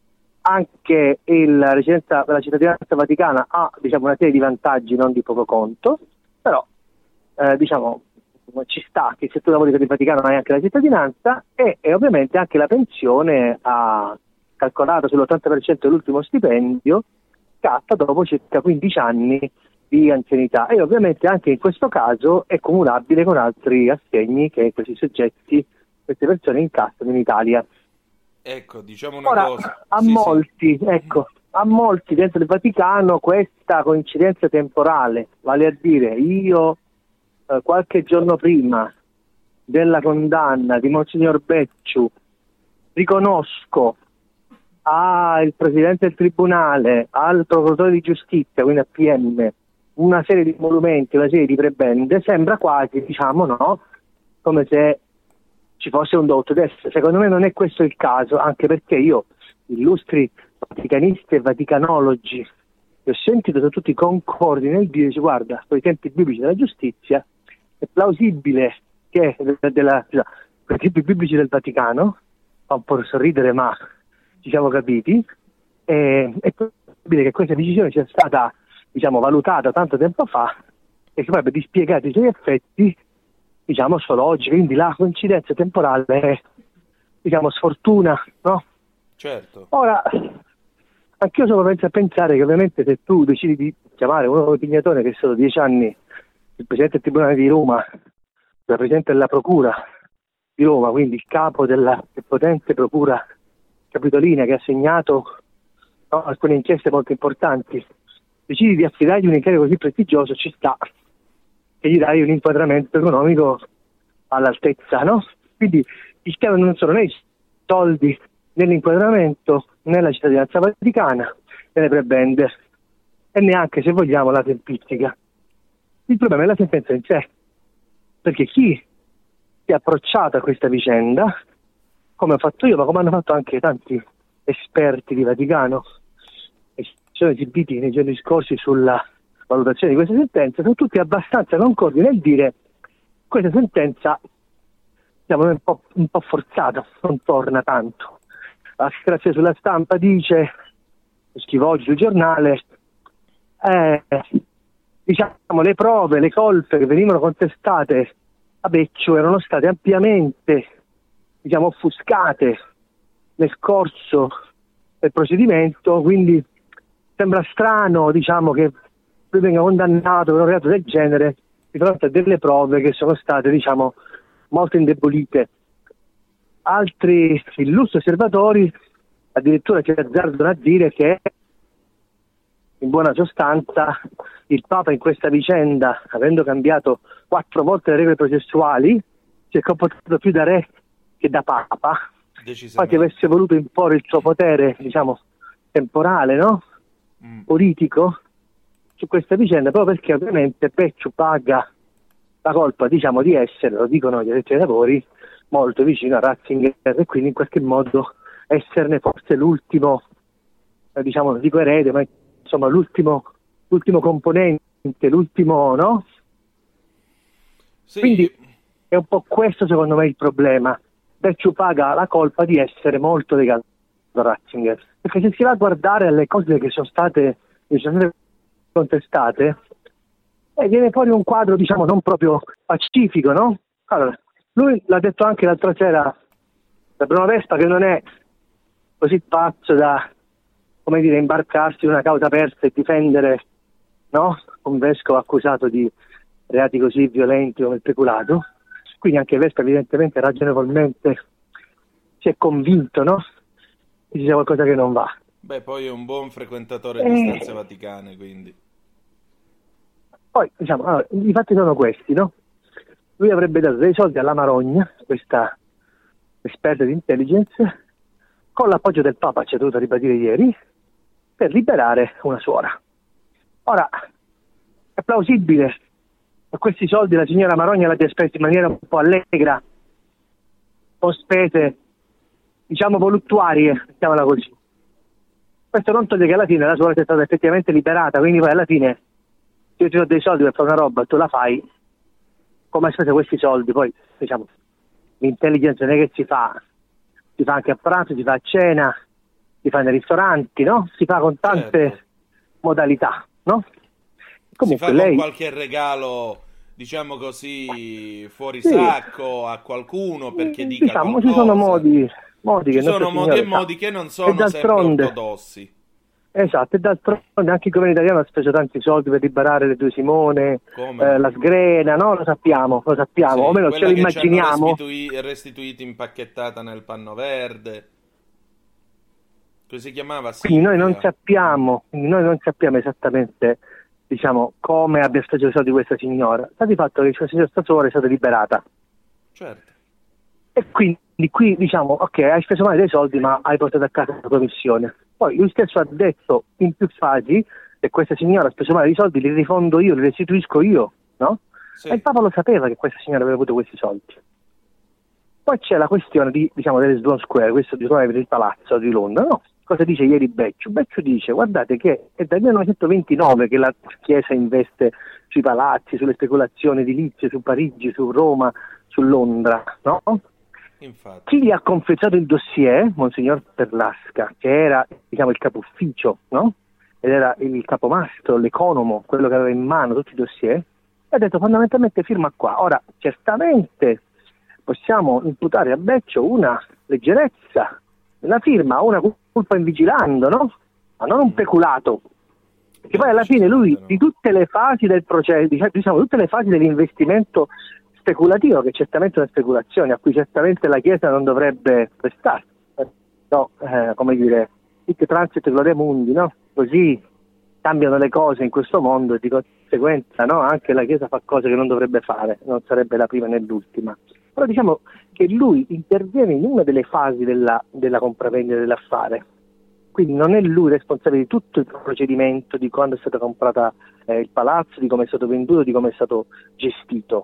Anche il, la, residenza, la cittadinanza vaticana ha, diciamo, una serie di vantaggi non di poco conto, però eh, diciamo ci sta che se tu lavori per il Vaticano hai anche la cittadinanza e, e ovviamente anche la pensione ha calcolato sull'ottanta per cento dell'ultimo stipendio scatta dopo circa quindici anni di anzianità e ovviamente anche in questo caso è cumulabile con altri assegni che questi soggetti, queste persone incassano in Italia. Ecco, diciamo una Ora, cosa. a sì, molti, sì. ecco, a molti dentro il Vaticano questa coincidenza temporale, vale a dire io eh, qualche giorno prima della condanna di Monsignor Becciu riconosco al Presidente del Tribunale, al Procuratore di Giustizia, quindi al P M, una serie di monumenti, una serie di prebende, sembra quasi, diciamo, no, come se ci fosse un dotto d'essere. Secondo me non è questo il caso, anche perché io, illustri vaticanisti e vaticanologi, che ho sentito sono tutti concordi nel dire, dice, guarda, con i tempi biblici della giustizia, è plausibile che, della, della, con i tempi biblici del Vaticano, fa un po' sorridere, ma ci siamo capiti, e, è possibile che questa decisione sia stata, diciamo, valutata tanto tempo fa e che poi abbia dispiegato i suoi effetti, diciamo, solo oggi, quindi la coincidenza temporale è, diciamo, sfortuna, no? Certo. Ora, anch'io sono propenso a pensare che ovviamente se tu decidi di chiamare uno come Pignatone, che è stato dieci anni il Presidente del Tribunale di Roma, il Presidente della Procura di Roma, quindi il capo della potente Procura Capitolina che ha segnato, no, alcune inchieste molto importanti, decidi di affidargli un incarico così prestigioso, ci sta che gli dai un inquadramento economico all'altezza, no? Quindi il tema non sono né i soldi, né l'inquadramento, né la cittadinanza vaticana, né le prebende, e neanche, se vogliamo, la tempistica. Il problema è la sentenza in sé, perché chi si è approcciato a questa vicenda, come ho fatto io, ma come hanno fatto anche tanti esperti di Vaticano, e si sono esibiti nei giorni scorsi sulla valutazione di questa sentenza, sono tutti abbastanza concordi nel dire questa sentenza diciamo, è un po', un po' forzata, non torna tanto. La Grazia sulla Stampa dice, scrivo oggi sul giornale, eh, diciamo le prove, le colpe che venivano contestate a Becciu erano state ampiamente diciamo offuscate nel corso del procedimento, quindi sembra strano diciamo che lui venga condannato per un reato del genere di fronte a delle prove che sono state diciamo molto indebolite. Altri illustri osservatori addirittura ci azzardano a dire che in buona sostanza il Papa in questa vicenda, avendo cambiato quattro volte le regole processuali, si è comportato più da re che da Papa. Infatti avesse voluto imporre il suo potere, diciamo, temporale, no? Mm. Politico su questa vicenda, proprio perché ovviamente Becciu paga la colpa, diciamo, di essere, lo dicono gli addetti ai lavori, molto vicino a Ratzinger e quindi in qualche modo esserne forse l'ultimo, eh, diciamo, non dico erede, ma insomma l'ultimo, l'ultimo componente, l'ultimo, no? Sì. Quindi è un po' questo secondo me il problema. Becciu paga la colpa di essere molto legato a Ratzinger, perché se si va a guardare alle cose che sono state, diciamo, contestate, e viene fuori un quadro diciamo non proprio pacifico, no? Allora, lui l'ha detto anche l'altra sera da Bruno Vespa, che non è così pazzo da, come dire, imbarcarsi in una causa aperta e difendere, no? Un vescovo accusato di reati così violenti come il peculato. Quindi anche Vespa evidentemente ragionevolmente si è convinto, no? Che ci sia qualcosa che non va. Beh, poi è un buon frequentatore eh... di stanze vaticane, quindi. Poi, diciamo, allora, i fatti sono questi, no? Lui avrebbe dato dei soldi alla Marogna, questa esperta di intelligence, con l'appoggio del Papa, ci ha dovuto ribadire ieri, per liberare una suora. Ora, è plausibile che questi soldi la signora Marogna l'abbia spesi in maniera un po' allegra, con spese, diciamo, voluttuarie, mettiamola così. Questo non toglie che alla fine la suora sia stata effettivamente liberata, quindi poi alla fine, se io ti do dei soldi per fare una roba, tu la fai, come hai speso questi soldi? Poi, diciamo, l'intelligence non è che si fa, si fa anche a pranzo, si fa a cena, si fa nei ristoranti, no? Si fa con tante certo. modalità, no? Comunque, si fa lei... con qualche regalo, diciamo così, fuori sì. sacco a qualcuno perché dica diciamo, qualcosa. Ci sono modi, modi ci che sono modi e modi che non sono sempre ortodossi. Esatto, e d'altronde anche il governo italiano ha speso tanti soldi per liberare le due Simone, eh, la Sgrena, no? Lo sappiamo, lo sappiamo, sì, o meno ce lo immaginiamo. Restitui, restituiti impacchettata nel panno verde. Come si chiamava? Quindi noi non sappiamo, quindi noi non sappiamo esattamente, diciamo, come abbia speso i soldi questa signora. Sta di fatto che questa signora stasera è stata liberata. Certo. E quindi qui diciamo, ok, hai speso male dei soldi, ma hai portato a casa la tua missione. Poi lui stesso ha detto in più fasi che questa signora ha speso male dei soldi, li rifondo io, li restituisco io, no? Sì. E il Papa lo sapeva che questa signora aveva avuto questi soldi. Poi c'è la questione di, diciamo, delle Sloane Square, questo di il palazzo di Londra, no? Cosa dice ieri Becciu? Becciu dice, guardate che è dal millenovecentoventinove che la Chiesa investe sui palazzi, sulle speculazioni edilizie, su Parigi, su Roma, su Londra, no? Infatti. Chi gli ha confessato il dossier, Monsignor Perlasca, che era, diciamo, il capo ufficio, no? Ed era il capomastro, l'economo, quello che aveva in mano tutti i dossier, e ha detto fondamentalmente firma qua. Ora, certamente possiamo imputare a Becciu una leggerezza, una firma, una colpa in vigilando, no? Ma non un peculato. Perché poi alla fine lui, di tutte le fasi del processo, diciamo, tutte le fasi dell'investimento speculativo, che certamente è una speculazione a cui certamente la Chiesa non dovrebbe prestare, no, eh, come dire, hic transit gloria mundi, no? Così cambiano le cose in questo mondo e di conseguenza, no, anche la Chiesa fa cose che non dovrebbe fare, non sarebbe la prima né l'ultima. Però diciamo che lui interviene in una delle fasi della, della compravendita dell'affare, quindi non è lui responsabile di tutto il procedimento, di quando è stata comprata eh, il palazzo, di come è stato venduto, di come è stato gestito.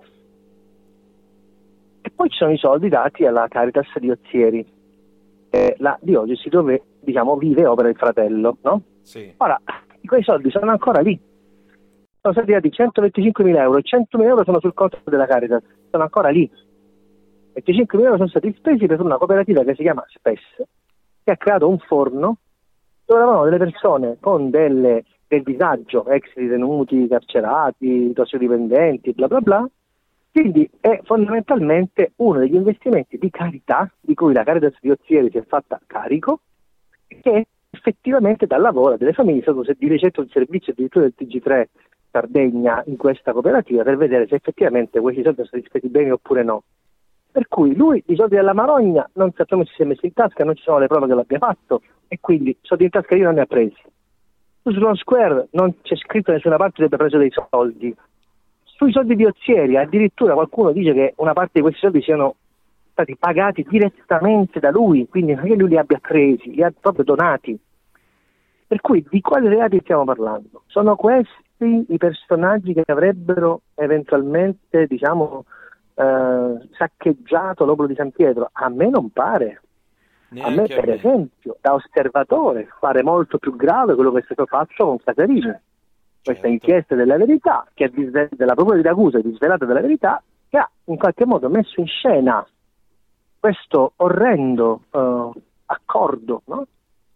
E poi ci sono i soldi dati alla Caritas di Ozieri, eh, la diocesi dove diciamo vive e opera il fratello, no? Sì. Ora, quei soldi sono ancora lì, sono stati dati centoventicinquemila euro, centomila euro sono sul conto della Caritas, sono ancora lì. venticinquemila euro sono stati spesi per una cooperativa che si chiama SPES, che ha creato un forno dove lavorano delle persone con delle, del disagio, ex detenuti, carcerati, tossicodipendenti, bla bla bla. Quindi è fondamentalmente uno degli investimenti di carità di cui la Caritas di Ozieri si è fatta carico, che effettivamente dà lavoro a delle famiglie. È stato di recente un servizio addirittura del T G tre Sardegna in questa cooperativa per vedere se effettivamente questi soldi sono stati spesi bene oppure no. Per cui lui i soldi della Marogna non sappiamo se si è messo in tasca, non ci sono le prove che l'abbia fatto, e quindi i soldi in tasca io non ne ha presi. Su Sloan Square non c'è scritto da nessuna parte che abbia preso dei soldi. Sui soldi di Ozieri addirittura qualcuno dice che una parte di questi soldi siano stati pagati direttamente da lui, quindi non è che lui li abbia presi, li ha proprio donati. Per cui di quali reati stiamo parlando? Sono questi i personaggi che avrebbero eventualmente, diciamo, eh, saccheggiato l'Obolo di San Pietro? A me non pare. Neanche a me, per a me. esempio, da osservatore, pare molto più grave quello che è stato fatto con Casarini. Questa Certo. inchiesta della verità, che è disve- della Procura di Ragusa, disvelata della verità, che ha in qualche modo messo in scena questo orrendo eh, accordo, no?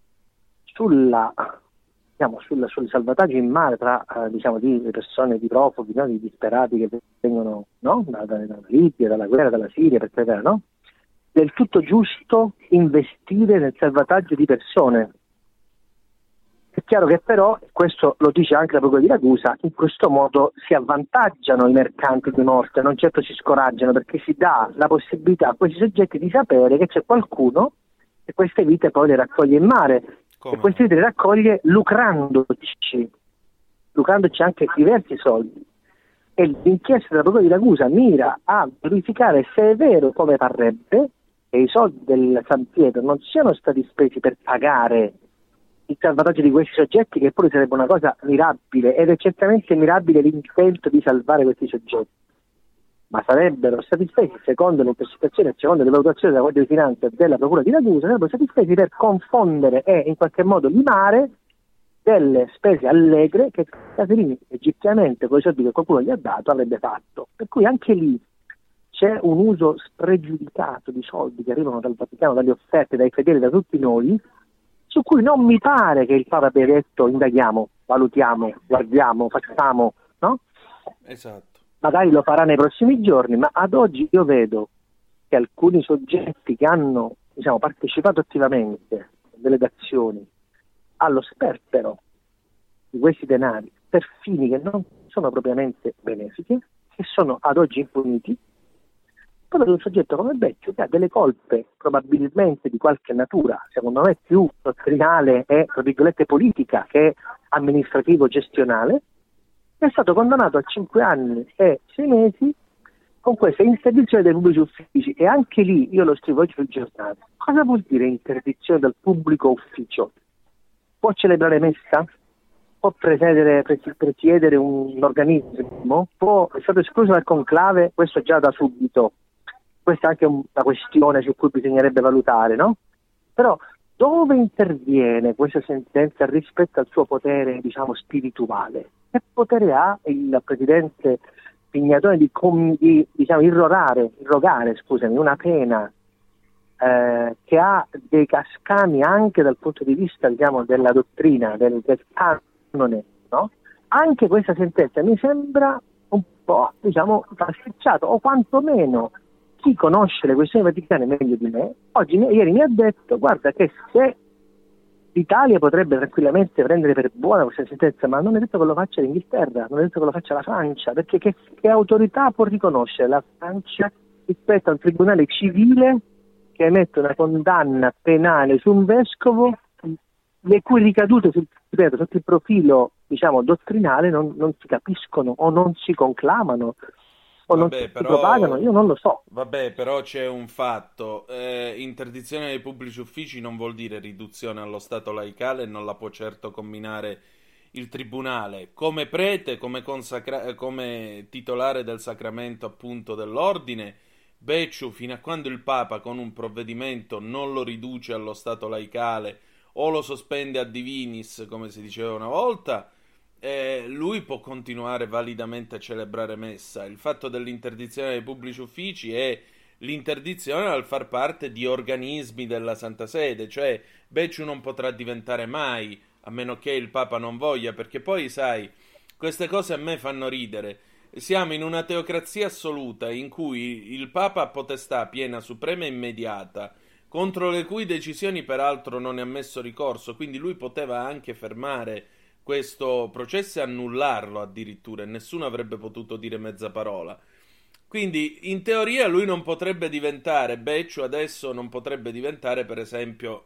sulla, diciamo, sul, sul salvataggio in mare tra eh, diciamo, di persone, di profughi, no? di disperati che vengono, no? da, da, dalla Libia, dalla guerra, dalla Siria, per carità, no? Del tutto giusto investire nel salvataggio di persone. È chiaro che però, questo lo dice anche la Procura di Ragusa, in questo modo si avvantaggiano i mercanti di morte, non certo si scoraggiano, perché si dà la possibilità a questi soggetti di sapere che c'è qualcuno che queste vite poi le raccoglie in mare. Come? E queste vite le raccoglie lucrandoci, lucrandoci anche diversi soldi. E l'inchiesta della Procura di Ragusa mira a verificare se è vero, come parrebbe, che i soldi del San Pietro non siano stati spesi per pagare il salvataggio di questi soggetti, che pure sarebbe una cosa mirabile, ed è certamente mirabile l'intento di salvare questi soggetti, ma sarebbero stati spesi, secondo le intercettazioni e secondo le valutazioni della Guardia di Finanza e della Procura di Ragusa, sarebbero stati spesi per confondere e in qualche modo limare delle spese allegre che Casarini legittimamente con i soldi che qualcuno gli ha dato avrebbe fatto. Per cui anche lì c'è un uso spregiudicato di soldi che arrivano dal Vaticano, dalle offerte, dai fedeli, da tutti noi, su cui non mi pare che il Papa abbia detto indaghiamo, valutiamo, guardiamo, facciamo, no? Esatto. Magari lo farà nei prossimi giorni, ma ad oggi io vedo che alcuni soggetti che hanno, diciamo, partecipato attivamente, delegazioni, allo sperpero di questi denari per fini che non sono propriamente benefici, che sono ad oggi impuniti, poi per un soggetto come Beccio, che ha delle colpe probabilmente di qualche natura, secondo me più dottrinale e, tra virgolette, politica che amministrativo-gestionale, è stato condannato a cinque anni e sei mesi con questa interdizione dai pubblici uffici. E anche lì, io lo scrivo oggi sul giornale, cosa vuol dire interdizione dal pubblico ufficio? Può celebrare messa? Può presiedere, presiedere un, un organismo? Può, è stato escluso dal conclave? Questo già da subito. Questa è anche una questione su cui bisognerebbe valutare, no? Però dove interviene questa sentenza rispetto al suo potere, diciamo, spirituale? Che potere ha il presidente Pignatone di, di diciamo, irrogare, irrogare scusami, una pena eh, che ha dei cascami anche dal punto di vista, diciamo, della dottrina, del, del canone, no? Anche questa sentenza mi sembra un po', diciamo, pasticciata, o quantomeno chi conosce le questioni vaticane meglio di me, oggi, ieri mi ha detto, guarda che se l'Italia potrebbe tranquillamente prendere per buona questa sentenza, ma non è detto che lo faccia l'Inghilterra, non è detto che lo faccia la Francia, perché che, che autorità può riconoscere la Francia rispetto a un tribunale civile che emette una condanna penale su un vescovo le cui ricadute sul, ripeto, sotto il profilo, diciamo, dottrinale non, non si capiscono o non si conclamano? o vabbè, non si però, propagano, io non lo so. Vabbè, però c'è un fatto, eh, interdizione dei pubblici uffici non vuol dire riduzione allo stato laicale e non la può certo combinare il tribunale. Come prete, come, consacra- come titolare del sacramento appunto dell'ordine, Becciu, fino a quando il Papa con un provvedimento non lo riduce allo stato laicale o lo sospende a divinis, come si diceva una volta, eh, lui può continuare validamente a celebrare messa. Il fatto dell'interdizione dei pubblici uffici è l'interdizione al far parte di organismi della Santa Sede, cioè Becciu non potrà diventare mai, a meno che il Papa non voglia, perché poi, sai, queste cose a me fanno ridere. Siamo in una teocrazia assoluta in cui il Papa ha potestà piena, suprema e immediata, contro le cui decisioni peraltro non è ammesso ricorso, quindi lui poteva anche fermare questo processo e annullarlo addirittura, e nessuno avrebbe potuto dire mezza parola. Quindi in teoria lui non potrebbe diventare, Becciu adesso non potrebbe diventare per esempio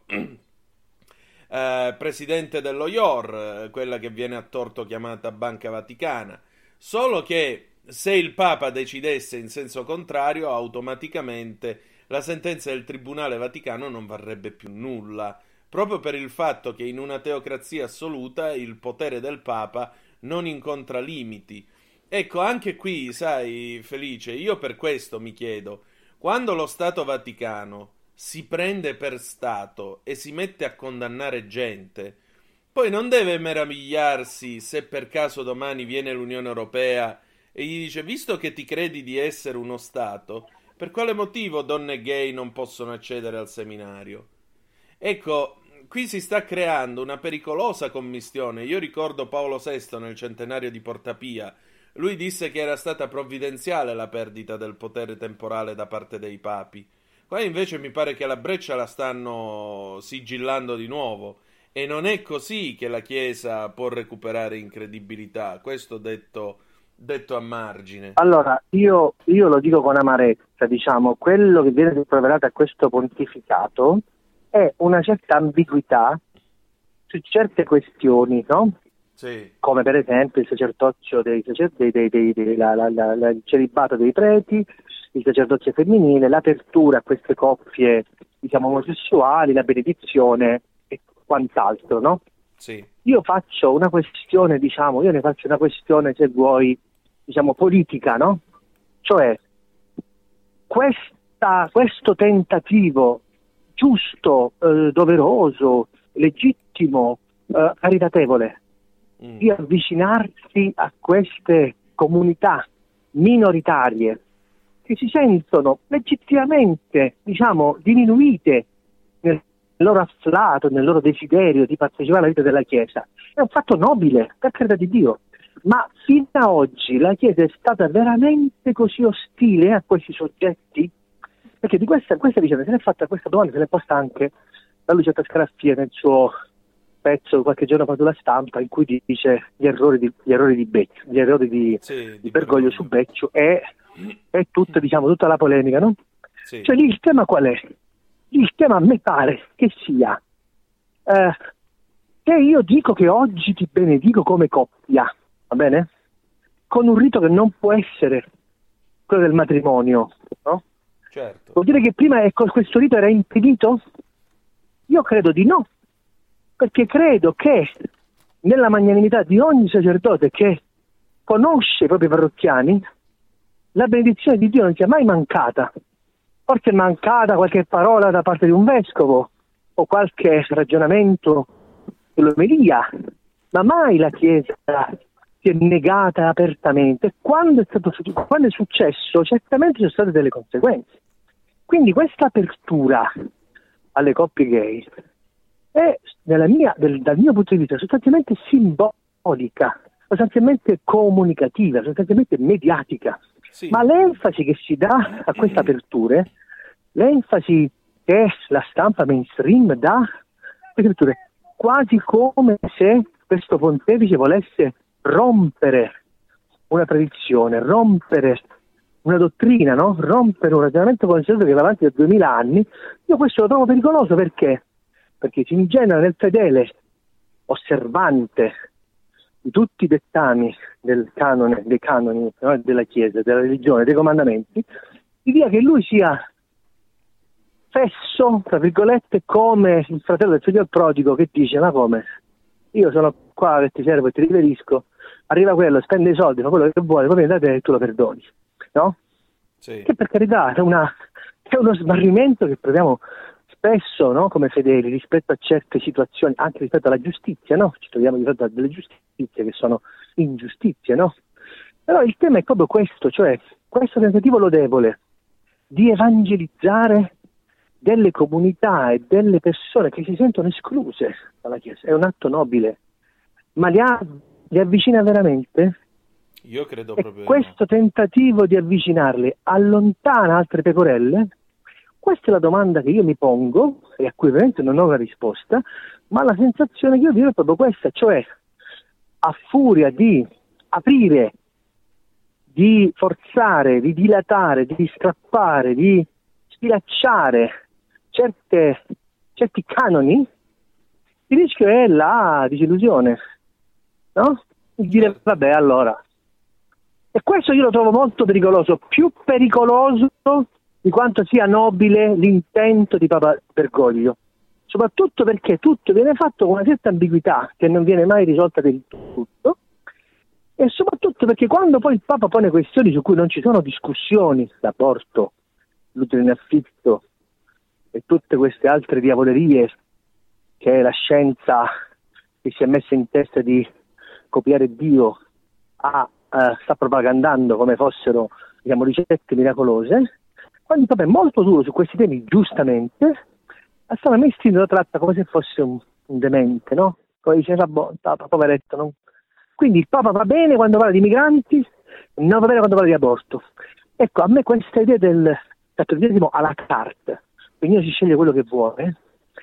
eh, presidente dello I O R, quella che viene a torto chiamata Banca Vaticana, solo che se il Papa decidesse in senso contrario, automaticamente la sentenza del Tribunale Vaticano non varrebbe più nulla, proprio per il fatto che in una teocrazia assoluta il potere del Papa non incontra limiti. Ecco, anche qui, sai, Felice, io per questo mi chiedo, quando lo Stato Vaticano si prende per Stato e si mette a condannare gente, poi non deve meravigliarsi se per caso domani viene l'Unione Europea e gli dice, visto che ti credi di essere uno Stato, per quale motivo donne gay non possono accedere al seminario? Ecco, qui si sta creando una pericolosa commistione. Io ricordo Paolo sesto nel centenario di Porta Pia. Lui disse che era stata provvidenziale la perdita del potere temporale da parte dei papi. Qua invece mi pare che la breccia la stanno sigillando di nuovo. E non è così che la Chiesa può recuperare incredibilità. Questo detto, detto a margine. Allora, io, io lo dico con amarezza, diciamo, quello che viene rimproverato a questo pontificato è una certa ambiguità su certe questioni, no? Sì. Come per esempio il sacerdozio dei sacerdoti, dei, dei, dei, la, la, la, la, il celibato dei preti, il sacerdozio femminile, l'apertura a queste coppie, diciamo, omosessuali, la benedizione e quant'altro, no? Sì. Io faccio una questione, diciamo, io ne faccio una questione, se vuoi, diciamo, politica, no? Cioè, questa, questo tentativo giusto, eh, doveroso, legittimo, eh, caritatevole, mm. di avvicinarsi a queste comunità minoritarie che si sentono legittimamente, diciamo, diminuite nel loro afflato, nel loro desiderio di partecipare alla vita della Chiesa. È un fatto nobile, per carità di Dio, ma fino ad oggi la Chiesa è stata veramente così ostile a questi soggetti? Perché di questa, questa vicenda se ne è fatta, questa domanda se l'è posta anche da Lucetta Scaraffia nel suo pezzo qualche giorno fa sulla Stampa, in cui dice gli errori di, gli errori di Becciu, gli errori di, sì, di, di Bergoglio su Becciu e, e tutta, diciamo, tutta la polemica, no? Sì. Cioè lì il tema qual è? Il tema a me pare che sia eh, che io dico che oggi ti benedico come coppia, va bene? Con un rito che non può essere quello del matrimonio, no? Certo. Vuol dire che prima ecco, questo rito era impedito? Io credo di no, perché credo che nella magnanimità di ogni sacerdote che conosce i propri parrocchiani, la benedizione di Dio non sia mai mancata. Forse è mancata qualche parola da parte di un vescovo o qualche ragionamento sull'omelia, ma mai la Chiesa si è negata apertamente. Quando è stato, quando è successo, certamente ci sono state delle conseguenze. Quindi questa apertura alle coppie gay è, nella mia, del, dal mio punto di vista, sostanzialmente simbolica, sostanzialmente comunicativa, sostanzialmente mediatica. Sì. Ma l'enfasi che si dà a queste aperture, l'enfasi che la stampa mainstream dà a queste aperture, quasi come se questo pontefice volesse rompere una tradizione, rompere una dottrina, no? Rompere un ragionamento considerato che va avanti da duemila anni. Io questo lo trovo pericoloso perché? Perché si ingenera nel fedele osservante di tutti i dettami del canone, dei canoni, no, della Chiesa, della religione, dei comandamenti, l'idea che lui sia fesso, tra virgolette, come il fratello del figlio prodigo che dice: ma come? Io sono qua che ti servo e ti riverisco, arriva quello, spende i soldi, fa quello che vuole, poi viene da te e tu lo perdoni, no? Sì. Che per carità è, una, è uno smarrimento che proviamo spesso, no, come fedeli rispetto a certe situazioni, anche rispetto alla giustizia, no? Ci troviamo di fronte a delle giustizie che sono ingiustizie, no? Però il tema è proprio questo, cioè questo tentativo lodevole di evangelizzare delle comunità e delle persone che si sentono escluse dalla Chiesa. È un atto nobile, ma li, ha, li avvicina veramente? Io credo e proprio questo no. tentativo di avvicinarli allontana altre pecorelle? Questa è la domanda che io mi pongo e a cui ovviamente non ho una risposta, ma la sensazione che io vivo è proprio questa, cioè a furia di aprire, di forzare, di dilatare, di strappare, di sfilacciare certe, certi canoni, il rischio è la disillusione, no? Il dire Certo. vabbè allora. E questo io lo trovo molto pericoloso, più pericoloso di quanto sia nobile l'intento di Papa Bergoglio, soprattutto perché tutto viene fatto con una certa ambiguità che non viene mai risolta del tutto, e soprattutto perché quando poi il Papa pone questioni su cui non ci sono discussioni, l'aborto, l'utero in affitto e tutte queste altre diavolerie che la scienza che si è messa in testa di copiare Dio ha, eh, sta propagandando come fossero, diciamo, ricette miracolose, quando il Papa è molto duro su questi temi, giustamente, la strada Mestrino lo tratta come se fosse un, un demente, no? Come dice la bontà, poveretto, no? Quindi il Papa va bene quando parla di migranti, non va bene quando parla di aborto. Ecco, a me questa idea del cattolicesimo à la carte, ognuno si sceglie quello che vuole,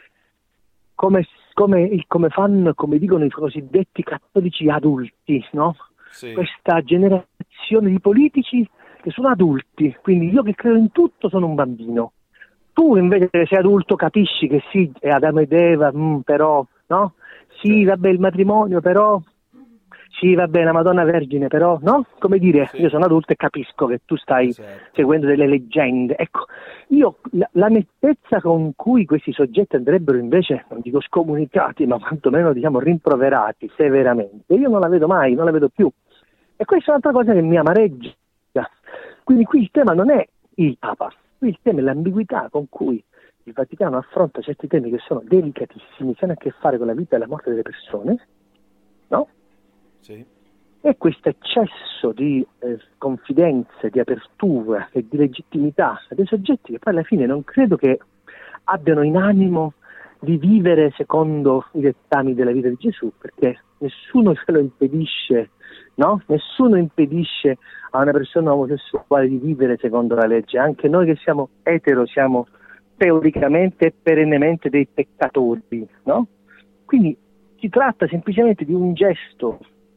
come, come, come fanno, come dicono i cosiddetti cattolici adulti, no? Sì. Questa generazione di politici che sono adulti, quindi io che credo in tutto sono un bambino. Tu invece che sei adulto capisci che sì, è Adamo ed Eva, mm, però, no? Sì, vabbè, il matrimonio, però, sì, vabbè, la Madonna Vergine, però, no? Come dire, Sì. io sono adulto e capisco che tu stai Esatto. seguendo delle leggende. Ecco, io, la, la nettezza con cui questi soggetti andrebbero invece, non dico scomunicati, ma quantomeno, diciamo, rimproverati severamente, io non la vedo mai, non la vedo più. E questa è un'altra cosa che mi amareggia. Quindi qui il tema non è il Papa, qui il tema è l'ambiguità con cui il Vaticano affronta certi temi che sono delicatissimi, che hanno a che fare con la vita e la morte delle persone, no? Sì. E questo eccesso di eh, confidenze, di apertura e di legittimità dei soggetti che poi alla fine non credo che abbiano in animo di vivere secondo i dettami della vita di Gesù, perché nessuno ce lo impedisce, no? Nessuno impedisce a una persona omosessuale di vivere secondo la legge. Anche noi che siamo etero siamo teoricamente e perennemente dei peccatori, no? Quindi si tratta semplicemente di un gesto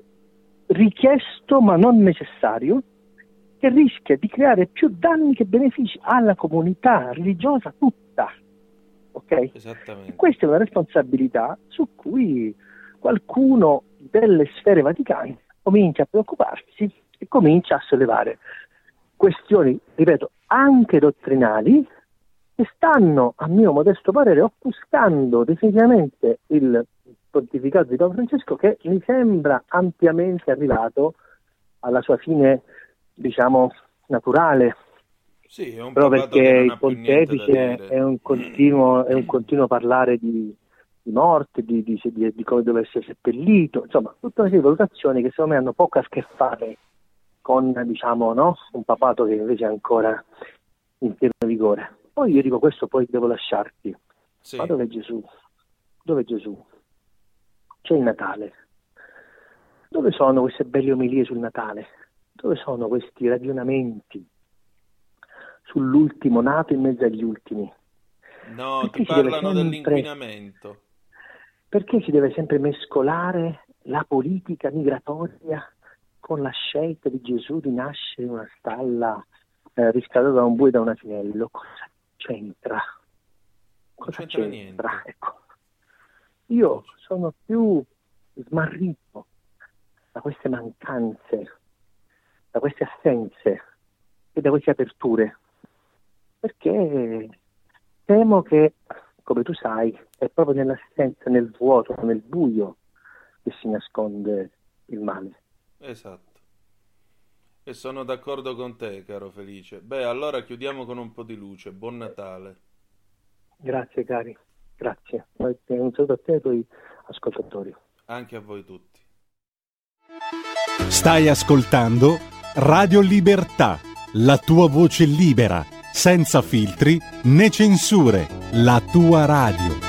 richiesto ma non necessario, che rischia di creare più danni che benefici alla comunità religiosa tutta. Ok? Esattamente. E questa è una responsabilità su cui qualcuno delle sfere vaticane comincia a preoccuparsi e comincia a sollevare questioni, ripeto, anche dottrinali, che stanno, a mio modesto parere, offuscando definitivamente il pontificato di Papa Francesco, che mi sembra ampiamente arrivato alla sua fine, diciamo, naturale. Sì, è un Però papato perché che non il ha più niente da pontefice dire. è un continuo, è un continuo parlare di, di morte, di, di, di, di come deve essere seppellito, insomma, tutta una serie di valutazioni che secondo me hanno poco a che fare con, diciamo, no, un papato che invece è ancora in pieno vigore. Poi io dico questo, poi devo lasciarti. Sì. Ma dove è Gesù? Dove è Gesù? C'è il Natale. Dove sono queste belle omilie sul Natale? Dove sono questi ragionamenti sull'ultimo nato in mezzo agli ultimi? No, Perché ti si deve parlano sempre- dell'inquinamento. Perché si deve sempre mescolare la politica migratoria con la scelta di Gesù di nascere in una stalla eh, riscaldata da un bue e da un asinello? Cosa c'entra? Cosa c'entra c'entra? niente. Ecco. Io sono più smarrito da queste mancanze, da queste assenze e da queste aperture, perché temo che, come tu sai, è proprio nell'assenza, nel vuoto, nel buio che si nasconde il male. Esatto. E sono d'accordo con te, caro Felice. Beh, allora chiudiamo con un po' di luce. Buon Natale. Grazie cari, grazie. Un saluto a te e ai tuoi ascoltatori. Anche a voi tutti. Stai ascoltando Radio Libertà, la tua voce libera, senza filtri né censure, la tua radio.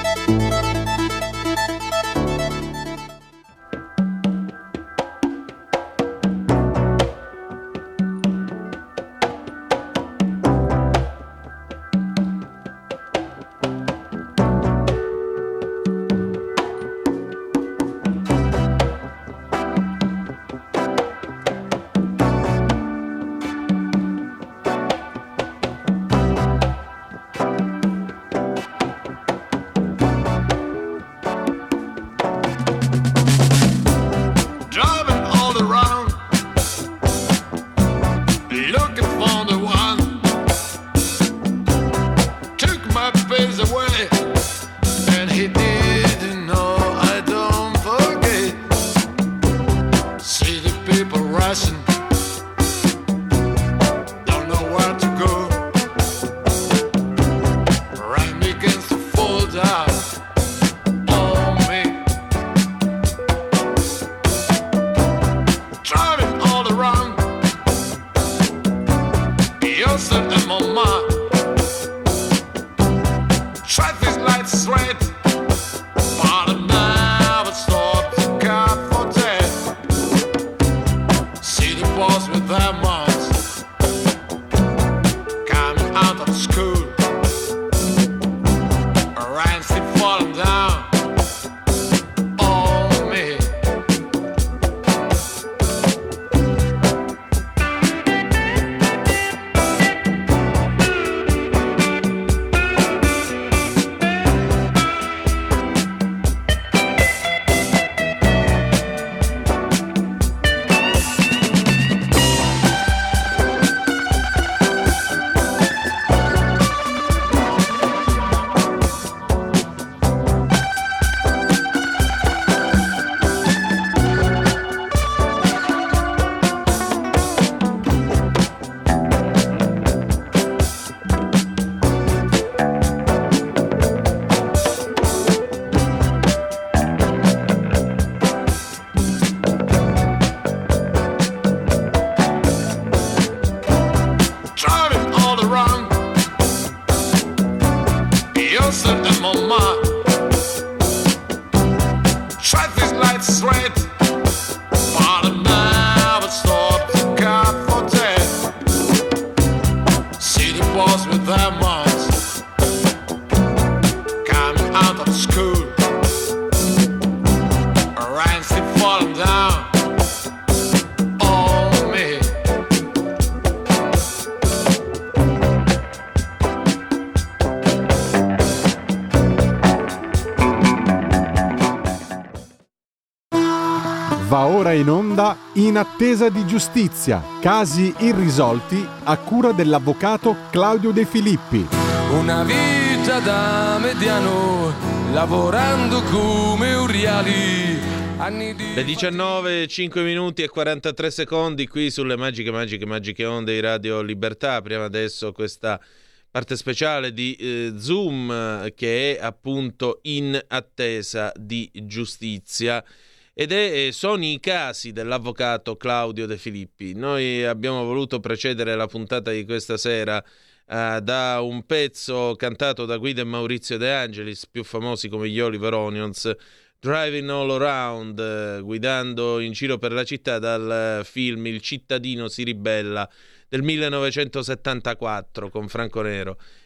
Va ora in onda In attesa di giustizia, casi irrisolti a cura dell'avvocato Claudio De Filippi. Una vita da mediano, lavorando come un reali. Anni di... Le diciannove, cinque minuti e quarantatré secondi qui sulle magiche, magiche, magiche onde di Radio Libertà. Apriamo adesso questa parte speciale di eh, Zoom che è appunto In attesa di giustizia. Ed è, sono i casi dell'avvocato Claudio De Filippi. Noi abbiamo voluto precedere la puntata di questa sera uh, da un pezzo cantato da Guido e Maurizio De Angelis, più famosi come gli Oliver Onions, Driving All Around, uh, guidando in giro per la città, dal uh, film Il cittadino si ribella del millenovecentosettantaquattro con Franco Nero.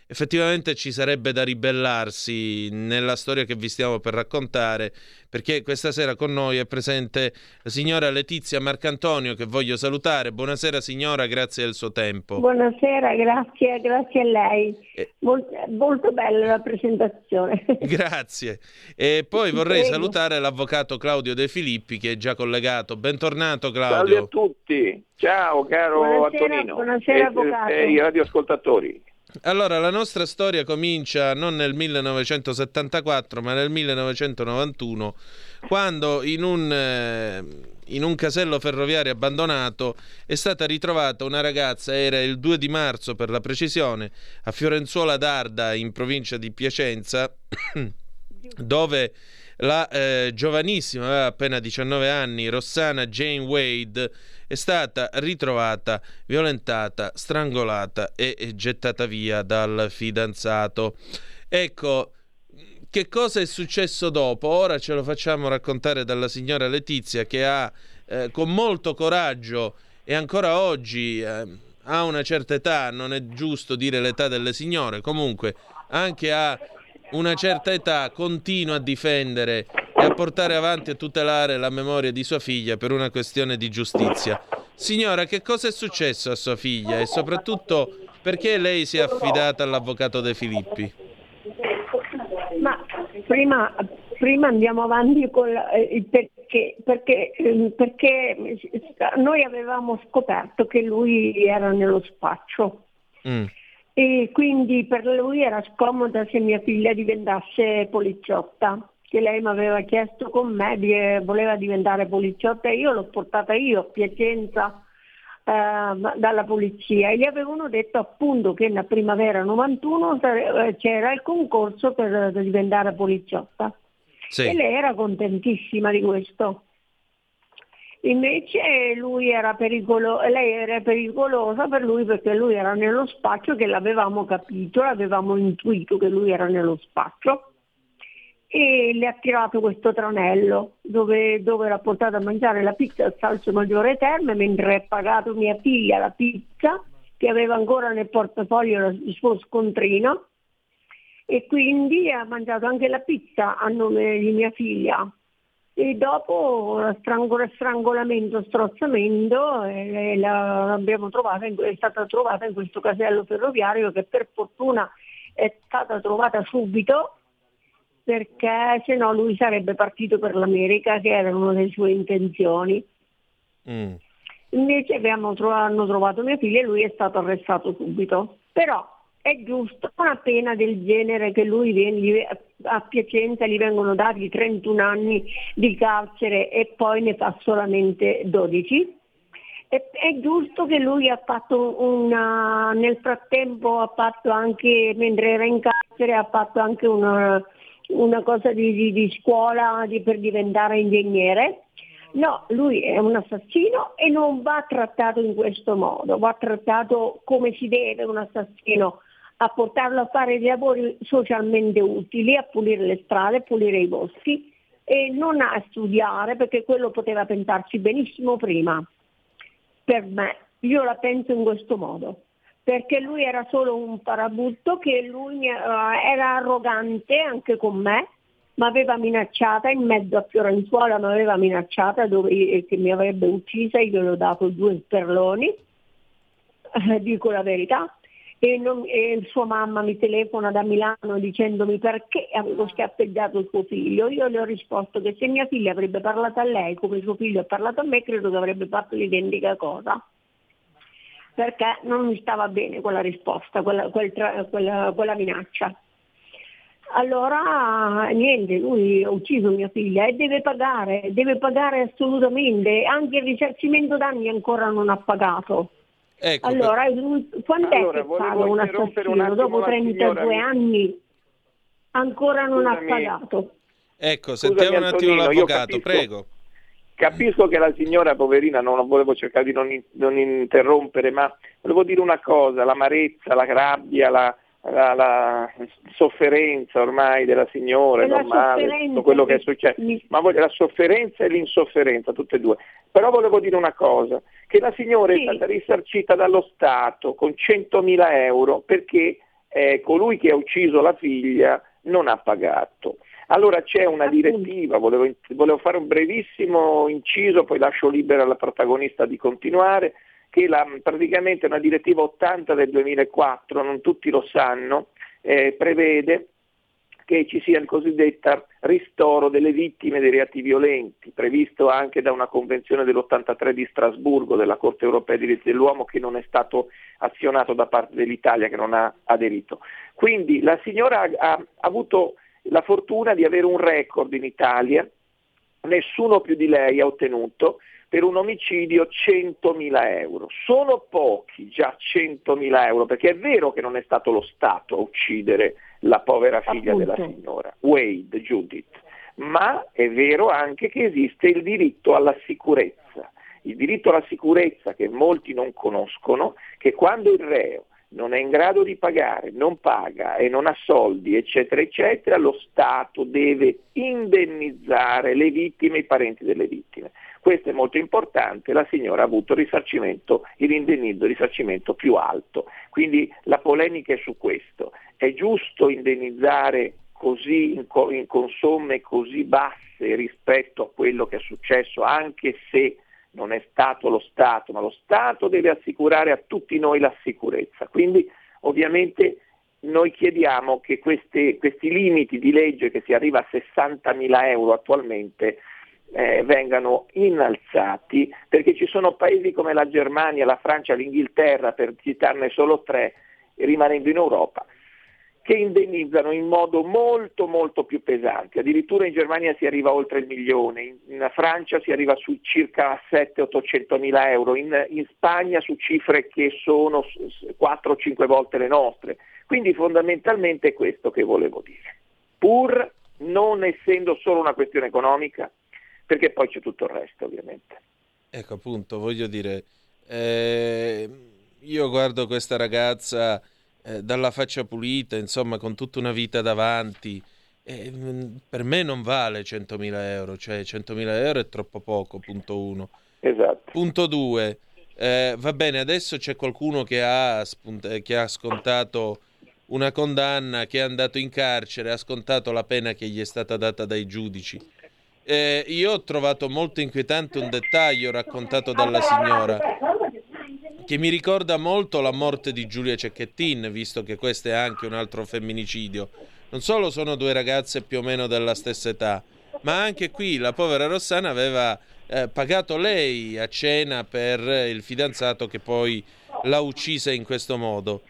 effettivamente ci sarebbe da ribellarsi nella storia che vi stiamo per raccontare, perché questa sera con noi è presente la signora Letizia Marcantonio, che voglio salutare. Buonasera signora, grazie del suo tempo. Buonasera, grazie, grazie a lei. Eh. Molto, molto bella la presentazione. Grazie. E poi vorrei Prego. salutare l'avvocato Claudio De Filippi, che è già collegato. Bentornato Claudio. Salve a tutti, ciao caro Buonasera, Antonino buonasera, e, avvocato. e i radioascoltatori. Allora, la nostra storia comincia non nel millenovecentosettantaquattro, ma nel millenovecentonovantuno, quando in un, eh, in un casello ferroviario abbandonato è stata ritrovata una ragazza, era il due di marzo per la precisione, a Fiorenzuola d'Arda, in provincia di Piacenza, dove la eh, giovanissima, aveva appena diciannove anni, Rossana Jane Wade, è stata ritrovata violentata, strangolata e, e gettata via dal fidanzato. Ecco, che cosa è successo dopo? Ora ce lo facciamo raccontare dalla signora Letizia, che ha eh, con molto coraggio e ancora oggi eh, ha una certa età, non è giusto dire l'età delle signore, comunque anche a una certa età continua a difendere e a portare avanti e tutelare la memoria di sua figlia per una questione di giustizia. Signora, che cosa è successo a sua figlia e soprattutto perché lei si è affidata all'avvocato De Filippi? Ma prima, prima andiamo avanti con la, eh, perché, perché, eh, perché noi avevamo scoperto che lui era nello spaccio. Mm. E quindi per lui era scomoda se mia figlia diventasse poliziotta, che lei mi aveva chiesto con me, di, voleva diventare poliziotta, e io l'ho portata io a Piacenza eh, dalla polizia, e gli avevano detto appunto che nella primavera novantuno c'era il concorso per diventare poliziotta. Sì. E lei era contentissima di questo. Invece lui era pericolo- lei era pericolosa per lui, perché lui era nello spaccio, che l'avevamo capito, l'avevamo intuito che lui era nello spaccio, e le ha tirato questo tranello dove, dove era portato a mangiare la pizza al Salso Maggiore Terme, mentre ha pagato mia figlia la pizza che aveva ancora nel portafoglio il suo scontrino, e quindi ha mangiato anche la pizza a nome di mia figlia. E dopo strangol- strangolamento, strozzamento, e la, l'abbiamo trovata in, è stata trovata in questo casello ferroviario, che per fortuna è stata trovata subito, perché se no lui sarebbe partito per l'America, che era una delle sue intenzioni. Mm. Invece abbiamo trovato, hanno trovato mia figlia e lui è stato arrestato subito. Però è giusto una pena del genere, che lui viene, a Piacenza gli vengono dati trentuno anni di carcere e poi ne fa solamente dodici. E, è giusto che lui ha fatto una, nel frattempo ha fatto anche, mentre era in carcere, ha fatto anche una, una cosa di, di, di scuola di, per diventare ingegnere. No, lui è un assassino e non va trattato in questo modo, va trattato come si deve un assassino, a portarlo a fare dei lavori socialmente utili, a pulire le strade, a pulire i boschi, e non a studiare, perché quello poteva pensarci benissimo prima. Per me, io la penso in questo modo, perché lui era solo un farabutto, che lui era arrogante anche con me, mi aveva minacciata in mezzo a Fiorenzuola, mi aveva minacciata dove, che mi avrebbe uccisa, io gli ho dato due sperloni, eh, dico la verità. E, non, e sua mamma mi telefona da Milano dicendomi perché avevo schiaffeggiato suo figlio. Io le ho risposto che se mia figlia avrebbe parlato a lei come suo figlio ha parlato a me, credo che avrebbe fatto l'identica cosa, perché non mi stava bene quella risposta, quella, quel tra, quella, quella minaccia. Allora niente, lui ha ucciso mia figlia e deve pagare, deve pagare assolutamente, anche il risarcimento danni ancora non ha pagato. Ecco, allora, per... quando allora, è che paga un assassino? Un dopo trentadue anni ancora non Scusami. ha pagato. Ecco, sentiamo un attimo l'avvocato, capisco, prego. Capisco che la signora poverina, non volevo cercare di non, non interrompere, ma volevo dire una cosa, l'amarezza, la rabbia, la, la, la sofferenza ormai della signora, è normale, tutto quello che è successo, mi... ma voglio, la sofferenza e l'insofferenza, tutte e due. Però volevo dire una cosa, che la signora sì. è stata risarcita dallo Stato con centomila euro perché eh, colui che ha ucciso la figlia non ha pagato. Allora c'è una direttiva, volevo, volevo fare un brevissimo inciso, poi lascio libera la protagonista di continuare, che la, praticamente una direttiva ottanta del duemilaquattro, non tutti lo sanno, eh, prevede che ci sia il cosiddetto ristoro delle vittime dei reati violenti, previsto anche da una convenzione dell'ottantatré di Strasburgo della Corte Europea dei Diritti dell'Uomo, che non è stato azionato da parte dell'Italia, che non ha aderito. Quindi la signora ha, ha avuto la fortuna di avere un record in Italia, nessuno più di lei ha ottenuto per un omicidio centomila euro. Sono pochi già centomila euro, perché è vero che non è stato lo Stato a uccidere la povera figlia Appunto. della signora, Wade, Judith, ma è vero anche che esiste il diritto alla sicurezza. Il diritto alla sicurezza che molti non conoscono, che quando il reo non è in grado di pagare, non paga e non ha soldi, eccetera, eccetera, lo Stato deve indennizzare le vittime e i parenti delle vittime. Questo è molto importante, la signora ha avuto il risarcimento, l'indennizzo il risarcimento più alto, quindi la polemica è su questo. È giusto indennizzare così, in, in, con somme così basse rispetto a quello che è successo, anche se non è stato lo Stato, ma lo Stato deve assicurare a tutti noi la sicurezza. Quindi ovviamente noi chiediamo che questi, questi limiti di legge, che si arriva a sessantamila euro attualmente, eh, vengano innalzati, perché ci sono paesi come la Germania, la Francia, l'Inghilterra, per citarne solo tre, rimanendo in Europa, che indennizzano in modo molto molto più pesante. Addirittura in Germania si arriva oltre il milione, in, in Francia si arriva su circa sette ottocento mila euro, in, in Spagna su cifre che sono quattro o cinque volte le nostre. Quindi fondamentalmente è questo che volevo dire, pur non essendo solo una questione economica, perché poi c'è tutto il resto ovviamente. Ecco, appunto, voglio dire, eh, io guardo questa ragazza eh, dalla faccia pulita, insomma, con tutta una vita davanti, e mh, per me non vale centomila euro, cioè centomila euro è troppo poco, punto uno. Esatto. Punto due, eh, va bene, adesso c'è qualcuno che ha, spunt- che ha scontato una condanna, che è andato in carcere, ha scontato la pena che gli è stata data dai giudici. Eh, io ho trovato molto inquietante un dettaglio raccontato dalla signora, che mi ricorda molto la morte di Giulia Cecchettin, visto che questo è anche un altro femminicidio. Non solo sono due ragazze più o meno della stessa età, ma anche qui la povera Rossana aveva eh, pagato lei a cena per il fidanzato che poi l'ha uccisa in questo modo.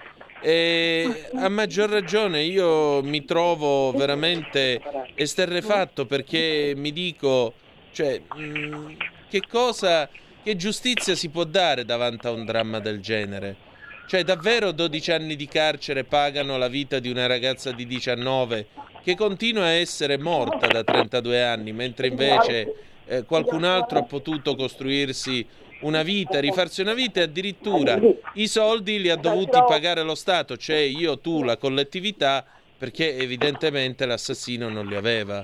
E a maggior ragione io mi trovo veramente esterrefatto, perché mi dico, cioè, mh, che cosa, che giustizia si può dare davanti a un dramma del genere? Cioè, davvero dodici anni di carcere pagano la vita di una ragazza di diciannove che continua a essere morta da trentadue anni, mentre invece eh, qualcun altro ha potuto costruirsi una vita, rifarsi una vita, e addirittura i soldi li ha dovuti pagare lo Stato, cioè io, tu, la collettività, perché evidentemente l'assassino non li aveva.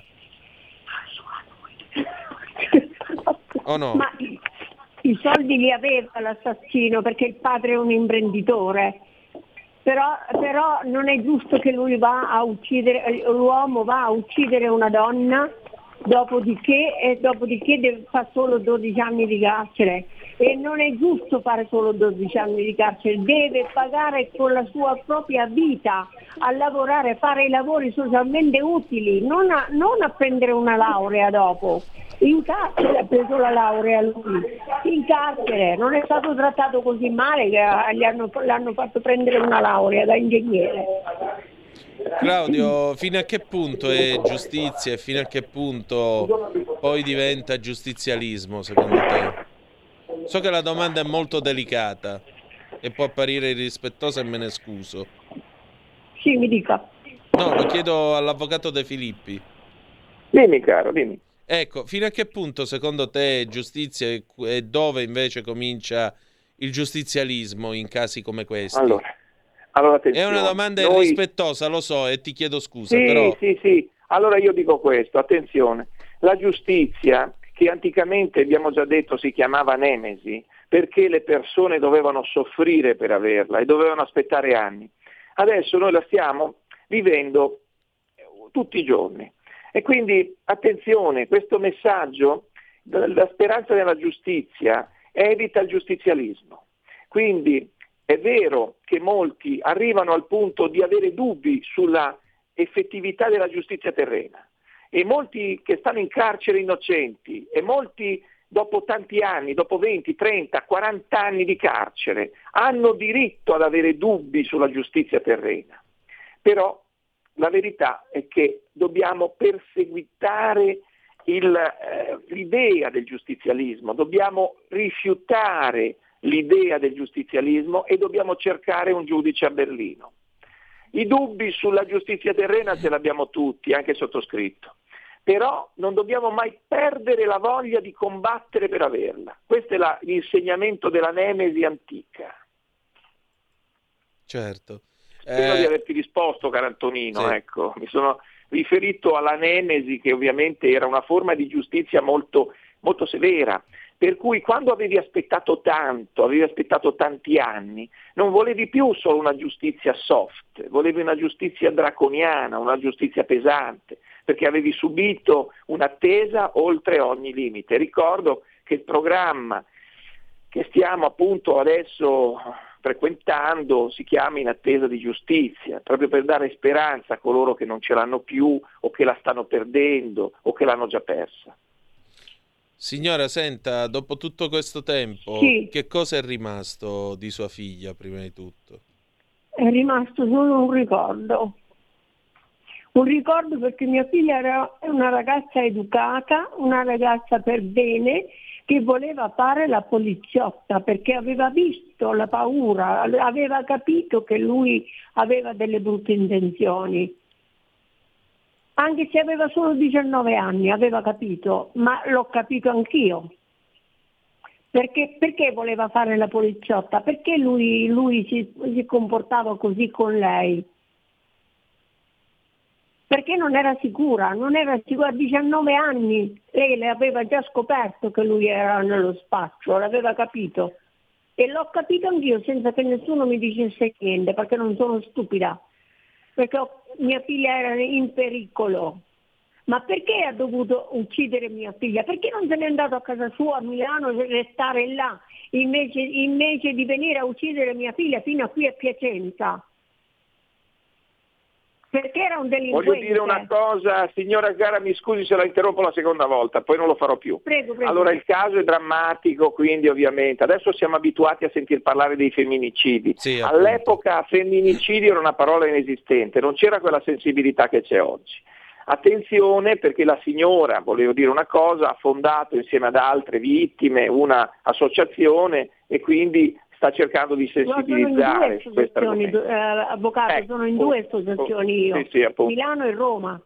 O no? Ma i soldi li aveva l'assassino, perché il padre è un imprenditore. Però, però non è giusto che lui va a uccidere, l'uomo va a uccidere una donna, dopodiché, e dopodiché deve, fa solo dodici anni di carcere. E non è giusto fare solo dodici anni di carcere, deve pagare con la sua propria vita a lavorare, fare i lavori socialmente utili, non a, non a prendere una laurea dopo. In carcere ha preso la laurea lui, in carcere, non è stato trattato così male che gli hanno, l'hanno fatto prendere una laurea da ingegnere. Claudio, fino a che punto è giustizia e fino a che punto poi diventa giustizialismo, secondo te? So che la domanda è molto delicata e può apparire irrispettosa, e me ne scuso. Sì, mi dica. No, lo chiedo all'avvocato De Filippi. Dimmi, caro, dimmi. Ecco, fino a che punto secondo te è giustizia e dove invece comincia il giustizialismo in casi come questi? Allora, allora attenzione. È una domanda Noi... irrispettosa, lo so, e ti chiedo scusa, sì, però... Sì, sì, allora io dico questo, attenzione. La giustizia, che anticamente abbiamo già detto si chiamava nemesi, perché le persone dovevano soffrire per averla e dovevano aspettare anni. Adesso noi la stiamo vivendo tutti i giorni. E quindi attenzione, questo messaggio, la speranza nella giustizia evita il giustizialismo. Quindi è vero che molti arrivano al punto di avere dubbi sulla effettività della giustizia terrena, e molti che stanno in carcere innocenti, e molti dopo tanti anni, dopo venti, trenta, quaranta anni di carcere, hanno diritto ad avere dubbi sulla giustizia terrena. Però la verità è che dobbiamo perseguitare il, eh, l'idea del giustizialismo, dobbiamo rifiutare l'idea del giustizialismo e dobbiamo cercare un giudice a Berlino. I dubbi sulla giustizia terrena ce l'abbiamo tutti, anche sottoscritto, però non dobbiamo mai perdere la voglia di combattere per averla. Questo è la, l'insegnamento della Nemesi antica. Certo. Spero eh... di averti risposto, caro Antonino, sì. Ecco, mi sono riferito alla Nemesi, che ovviamente era una forma di giustizia molto, molto severa, per cui quando avevi aspettato tanto, avevi aspettato tanti anni, non volevi più solo una giustizia soft, volevi una giustizia draconiana, una giustizia pesante, perché avevi subito un'attesa oltre ogni limite. Ricordo che il programma che stiamo appunto adesso frequentando si chiama In attesa di giustizia, proprio per dare speranza a coloro che non ce l'hanno più o che la stanno perdendo o che l'hanno già persa. Signora, senta, dopo tutto questo tempo, sì. Che cosa è rimasto di sua figlia, prima di tutto? È rimasto solo un ricordo. Un ricordo perché mia figlia era una ragazza educata, una ragazza per bene, che voleva fare la poliziotta perché aveva visto la paura, aveva capito che lui aveva delle brutte intenzioni. Anche se aveva solo diciannove anni, aveva capito, ma l'ho capito anch'io. Perché, perché voleva fare la poliziotta? Perché lui, lui si, si comportava così con lei? Perché non era sicura, non era sicura. A diciannove anni lei le aveva già scoperto che lui era nello spaccio, l'aveva capito. E l'ho capito anch'io senza che nessuno mi dicesse niente, perché non sono stupida. Perché ho, mia figlia era in pericolo. Ma perché ha dovuto uccidere mia figlia? Perché non se n'è andato a casa sua a Milano e restare là, invece, invece di venire a uccidere mia figlia fino a qui a Piacenza? Perché era un delinquente. Voglio dire una cosa, signora Gara, mi scusi se la interrompo la seconda volta, poi non lo farò più. Prego, prego. Allora, il caso è drammatico, quindi ovviamente adesso siamo abituati a sentir parlare dei femminicidi. Sì, all'epoca femminicidio era una parola inesistente, non c'era quella sensibilità che c'è oggi. Attenzione, perché la signora, volevo dire una cosa, ha fondato insieme ad altre vittime una associazione e quindi sta cercando di sensibilizzare su questo argomento. Eh, avvocato, ecco, sono in due associazioni io, sì, sì, Milano e Roma.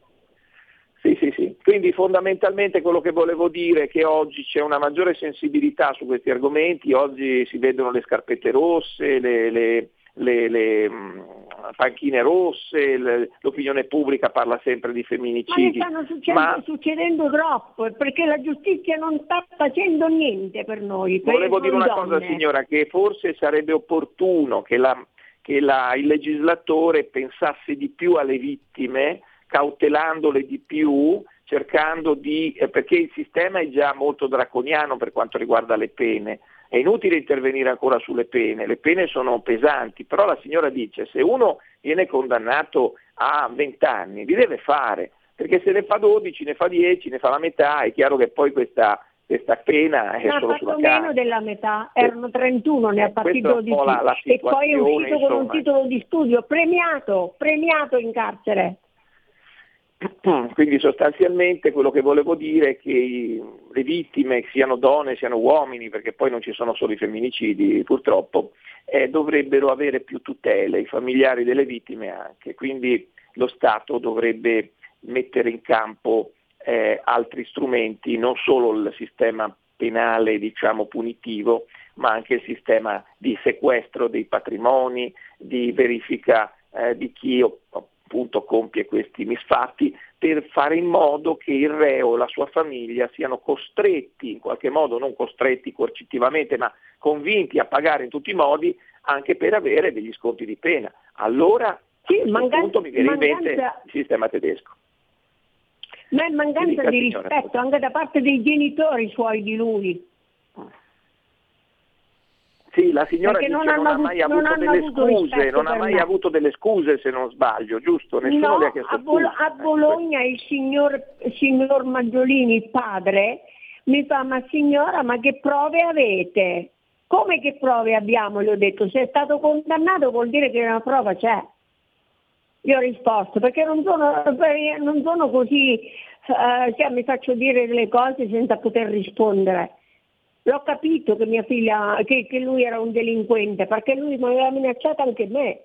Sì, sì, sì. Quindi fondamentalmente quello che volevo dire è che oggi c'è una maggiore sensibilità su questi argomenti, oggi si vedono le scarpette rosse, le, le, le, le mh, panchine rosse, le, l'opinione pubblica parla sempre di femminicidi. Ma ne stanno succedendo, ma... succedendo troppo, perché la giustizia non sta facendo niente per noi. Per Volevo dire una donne. cosa, signora, che forse sarebbe opportuno che, la, che la, il legislatore pensasse di più alle vittime, cautelandole di più, cercando di, eh, perché il sistema è già molto draconiano per quanto riguarda le pene. È inutile intervenire ancora sulle pene, le pene sono pesanti, però la signora dice se uno viene condannato a venti anni li deve fare, perché se ne fa dodici, ne fa dieci, ne fa la metà, è chiaro che poi questa, questa pena è ha solo fatto sulla meno carta. della metà, erano trentuno, ne ha fatti Questa è un dodici po' la- la e poi è uscito situazione, con un insomma. titolo di studio premiato, premiato in carcere. Quindi sostanzialmente quello che volevo dire è che i, le vittime, siano donne, siano uomini, perché poi non ci sono solo i femminicidi purtroppo, eh, dovrebbero avere più tutele, i familiari delle vittime anche, quindi lo Stato dovrebbe mettere in campo eh, altri strumenti, non solo il sistema penale diciamo punitivo, ma anche il sistema di sequestro dei patrimoni, di verifica eh, di chi appunto compie questi misfatti, per fare in modo che il reo e la sua famiglia siano costretti, in qualche modo, non costretti coercitivamente, ma convinti a pagare in tutti i modi, anche per avere degli sconti di pena. Allora, sì, a questo mancan- punto mi viene mancanza... in mente il sistema tedesco. Ma è mancanza Dica, di signora, rispetto anche da parte dei genitori suoi di lui. Sì, la signora Perché dice non non hanno ha mai avuto- avuto non hanno delle avuto scuse, rispetto non ha per mai me. avuto delle scuse, se non sbaglio, giusto? Nessuno No, le ha chiesto a, Bolo- scuse. a Bologna il signor, signor Maggiolini, il padre, mi fa: ma signora, ma che prove avete? Come che prove abbiamo? Le ho detto: se è stato condannato vuol dire che una prova c'è. Io ho risposto, perché non sono, non sono così, eh, cioè mi faccio dire delle cose senza poter rispondere. L'ho capito che mia figlia, che, che lui era un delinquente, perché lui mi aveva minacciato anche me.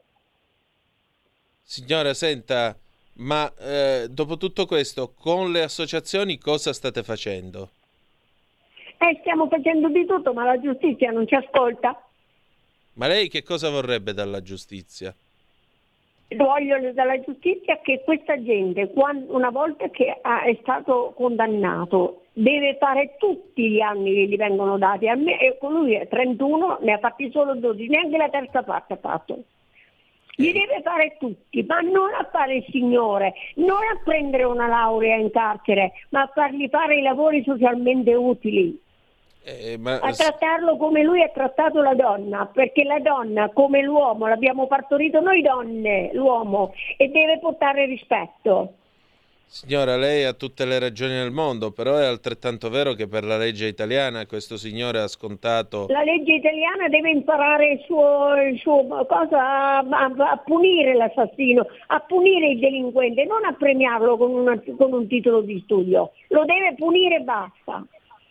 Signora, senta, ma eh, dopo tutto questo, con le associazioni cosa state facendo? Eh, stiamo facendo di tutto, ma la giustizia non ci ascolta. Ma lei che cosa vorrebbe dalla giustizia? Voglio dalla giustizia che questa gente, quando, una volta che ha, è stato condannato, deve fare tutti gli anni che gli vengono dati. A me, e con lui è trentuno, ne ha fatti solo dodici, neanche la terza parte ha fatto. Li deve fare tutti, ma non a fare il signore, non a prendere una laurea in carcere, ma a fargli fare i lavori socialmente utili. Eh, ma... A trattarlo come lui ha trattato la donna, perché la donna, come l'uomo, l'abbiamo partorito noi donne, l'uomo, e deve portare rispetto. Signora, lei ha tutte le ragioni del mondo, però è altrettanto vero che per la legge italiana questo signore ha scontato... La legge italiana deve imparare il suo, il suo cosa, a, a, a punire l'assassino, a punire il delinquente, non a premiarlo con, una, con un titolo di studio. Lo deve punire e basta.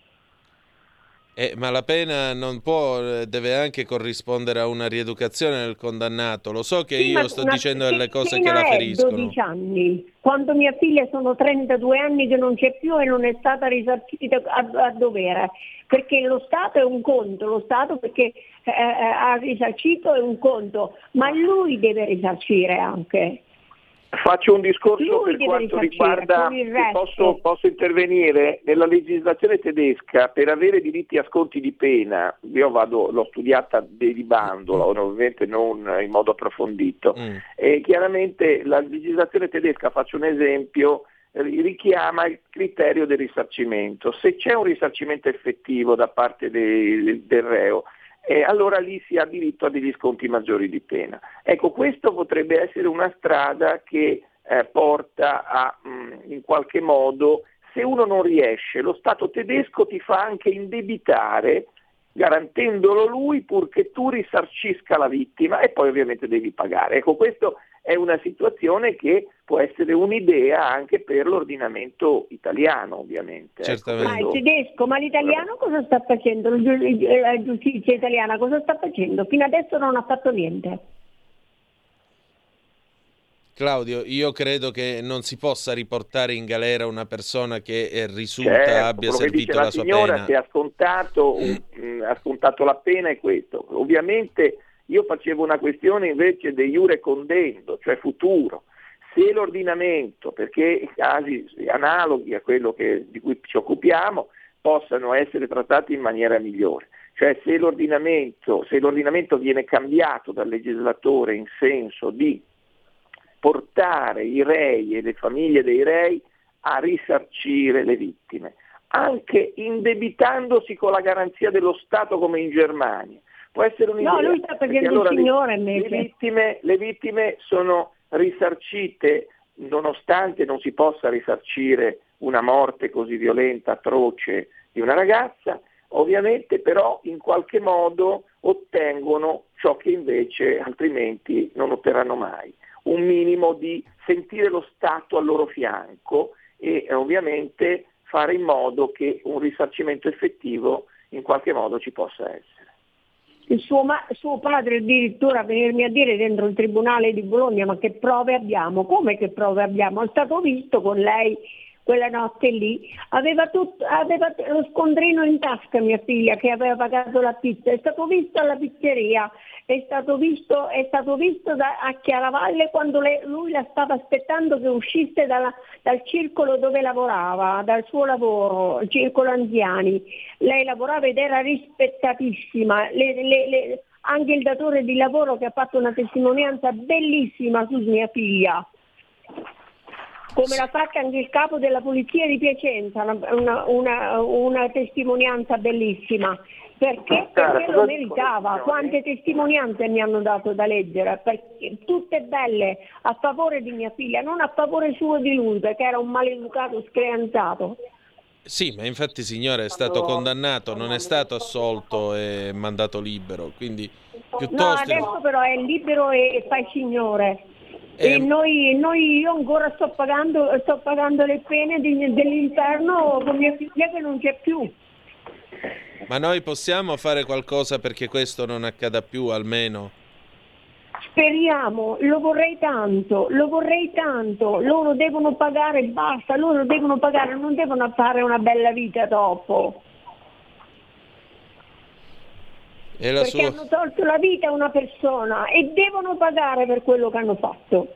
Eh, ma la pena non può, deve anche corrispondere a una rieducazione del condannato. Lo so che Sì, io ma sto una- dicendo che delle cose che pena la è feriscono. dodici anni, quando mia figlia sono trentadue anni che non c'è più e non è stata risarcita a, a dovere, perché lo Stato è un conto, lo Stato perché eh, ha risarcito è un conto, ma lui deve risarcire anche. Faccio un discorso Lui per deve quanto risarcire riguarda, con il se resto. posso, posso intervenire, nella legislazione tedesca per avere diritti a sconti di pena, io vado, l'ho studiata derivando, ovviamente non in modo approfondito, Mm. e chiaramente la legislazione tedesca, faccio un esempio, richiama il criterio del risarcimento. Se c'è un risarcimento effettivo da parte dei, del reo, e allora lì si ha diritto a degli sconti maggiori di pena. Ecco, questo potrebbe essere una strada che eh, porta a, mh, in qualche modo, se uno non riesce, lo Stato tedesco ti fa anche indebitare, garantendolo lui, purché tu risarcisca la vittima e poi ovviamente devi pagare. Ecco, questo è una situazione che può essere un'idea anche per l'ordinamento italiano, ovviamente. Certamente. Ma il tedesco, ma l'italiano cosa sta facendo? La giustizia italiana cosa sta facendo? Fino adesso non ha fatto niente. Claudio, io credo che non si possa riportare in galera una persona che eh, risulta Certo, abbia quello che dice servito la la sua signora, pena. che ha scontato, un- mh, ha scontato la pena è questo. Ovviamente io facevo una questione invece de iure condendo, cioè futuro. Se l'ordinamento, perché casi analoghi a quello che, di cui ci occupiamo, possano essere trattati in maniera migliore. Cioè se l'ordinamento, se l'ordinamento viene cambiato dal legislatore in senso di portare i rei e le famiglie dei rei a risarcire le vittime, anche indebitandosi con la garanzia dello Stato come in Germania. Può essere un'idea. No, lui sta perché facendo allora il signore le, invece. le vittime, le vittime sono risarcite nonostante non si possa risarcire una morte così violenta, atroce di una ragazza, ovviamente però in qualche modo ottengono ciò che invece altrimenti non otterranno mai, un minimo di sentire lo Stato al loro fianco e eh, ovviamente fare in modo che un risarcimento effettivo in qualche modo ci possa essere. Il suo, ma- suo padre addirittura venirmi a dire dentro il tribunale di Bologna: ma che prove abbiamo? Come che prove abbiamo? È stato visto con lei quella notte lì, aveva, tutto, aveva lo scontrino in tasca mia figlia che aveva pagato la pizza, è stato visto alla pizzeria, è stato visto, è stato visto da, a Chiaravalle quando lei, lui la stava aspettando che uscisse dalla, dal circolo dove lavorava, dal suo lavoro, il circolo anziani. Lei lavorava ed era rispettatissima, le, le, le, anche il datore di lavoro che ha fatto una testimonianza bellissima su mia figlia. Come l'ha fatta anche il capo della polizia di Piacenza, una, una, una testimonianza bellissima, perché, perché lo meritava. Quante testimonianze mi hanno dato da leggere, perché, tutte belle a favore di mia figlia, non a favore suo di lui, perché era un maleducato screanzato. Sì, ma infatti signore è stato condannato, non è stato assolto e mandato libero, quindi piuttosto... No, adesso però è libero e fa il signore. E noi, noi io ancora sto pagando, sto pagando le pene di, dell'inferno con mia figlia che non c'è più. Ma noi possiamo fare qualcosa perché questo non accada più, almeno? Speriamo, lo vorrei tanto, lo vorrei tanto. Loro devono pagare, basta, loro devono pagare, non devono fare una bella vita dopo. E la perché sua... hanno tolto la vita a una persona e devono pagare per quello che hanno fatto.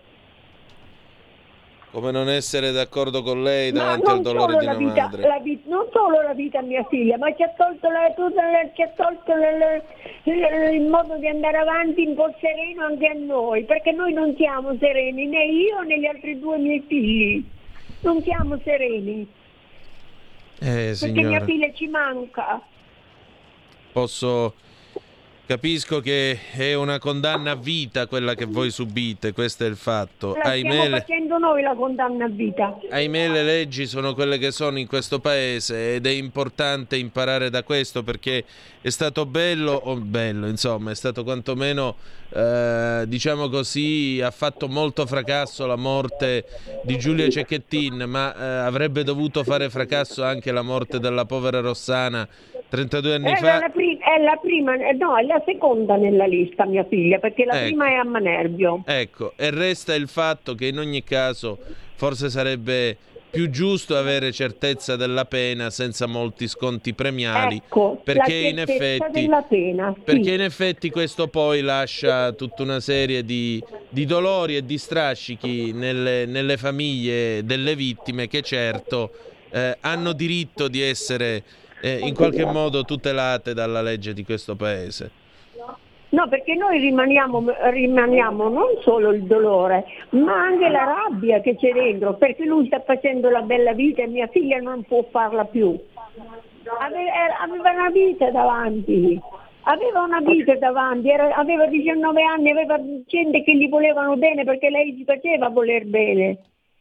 Come non essere d'accordo con lei Ma davanti al dolore di una vita, madre? La vita, non solo la vita a mia figlia, ma ci ha tolto, la, tutta la, ci ha tolto la, la, la, il modo di andare avanti un po' sereno anche a noi, perché noi non siamo sereni, né io né gli altri due miei figli. Non siamo sereni. Eh, perché mia figlia ci manca. Posso... Capisco che è una condanna a vita quella che voi subite, questo è il fatto. La Ahimè, stiamo facendo noi la condanna a vita. Ahimè le leggi sono quelle che sono in questo paese ed è importante imparare da questo, perché è stato bello, o bello insomma, è stato quantomeno, eh, diciamo così, ha fatto molto fracasso la morte di Giulia Cecchettin, ma eh, avrebbe dovuto fare fracasso anche la morte della povera Rossana trentadue anni è fa. La pri- è la prima, no, è la seconda nella lista mia figlia, perché la ecco. prima è a Manerbio. Ecco, e resta il fatto che in ogni caso forse sarebbe più giusto avere certezza della pena senza molti sconti premiali, ecco, perché la in effetti della pena, sì. perché in effetti questo poi lascia tutta una serie di, di dolori e di strascichi nelle, nelle famiglie delle vittime, che certo eh, hanno diritto di essere eh, in qualche modo tutelate dalla legge di questo paese. No, perché noi rimaniamo, rimaniamo non solo il dolore, ma anche la rabbia che c'è dentro, perché lui sta facendo la bella vita e mia figlia non può farla più. Aveva, aveva una vita davanti, aveva una vita davanti, era, aveva diciannove anni, aveva gente che gli volevano bene perché lei gli faceva voler bene.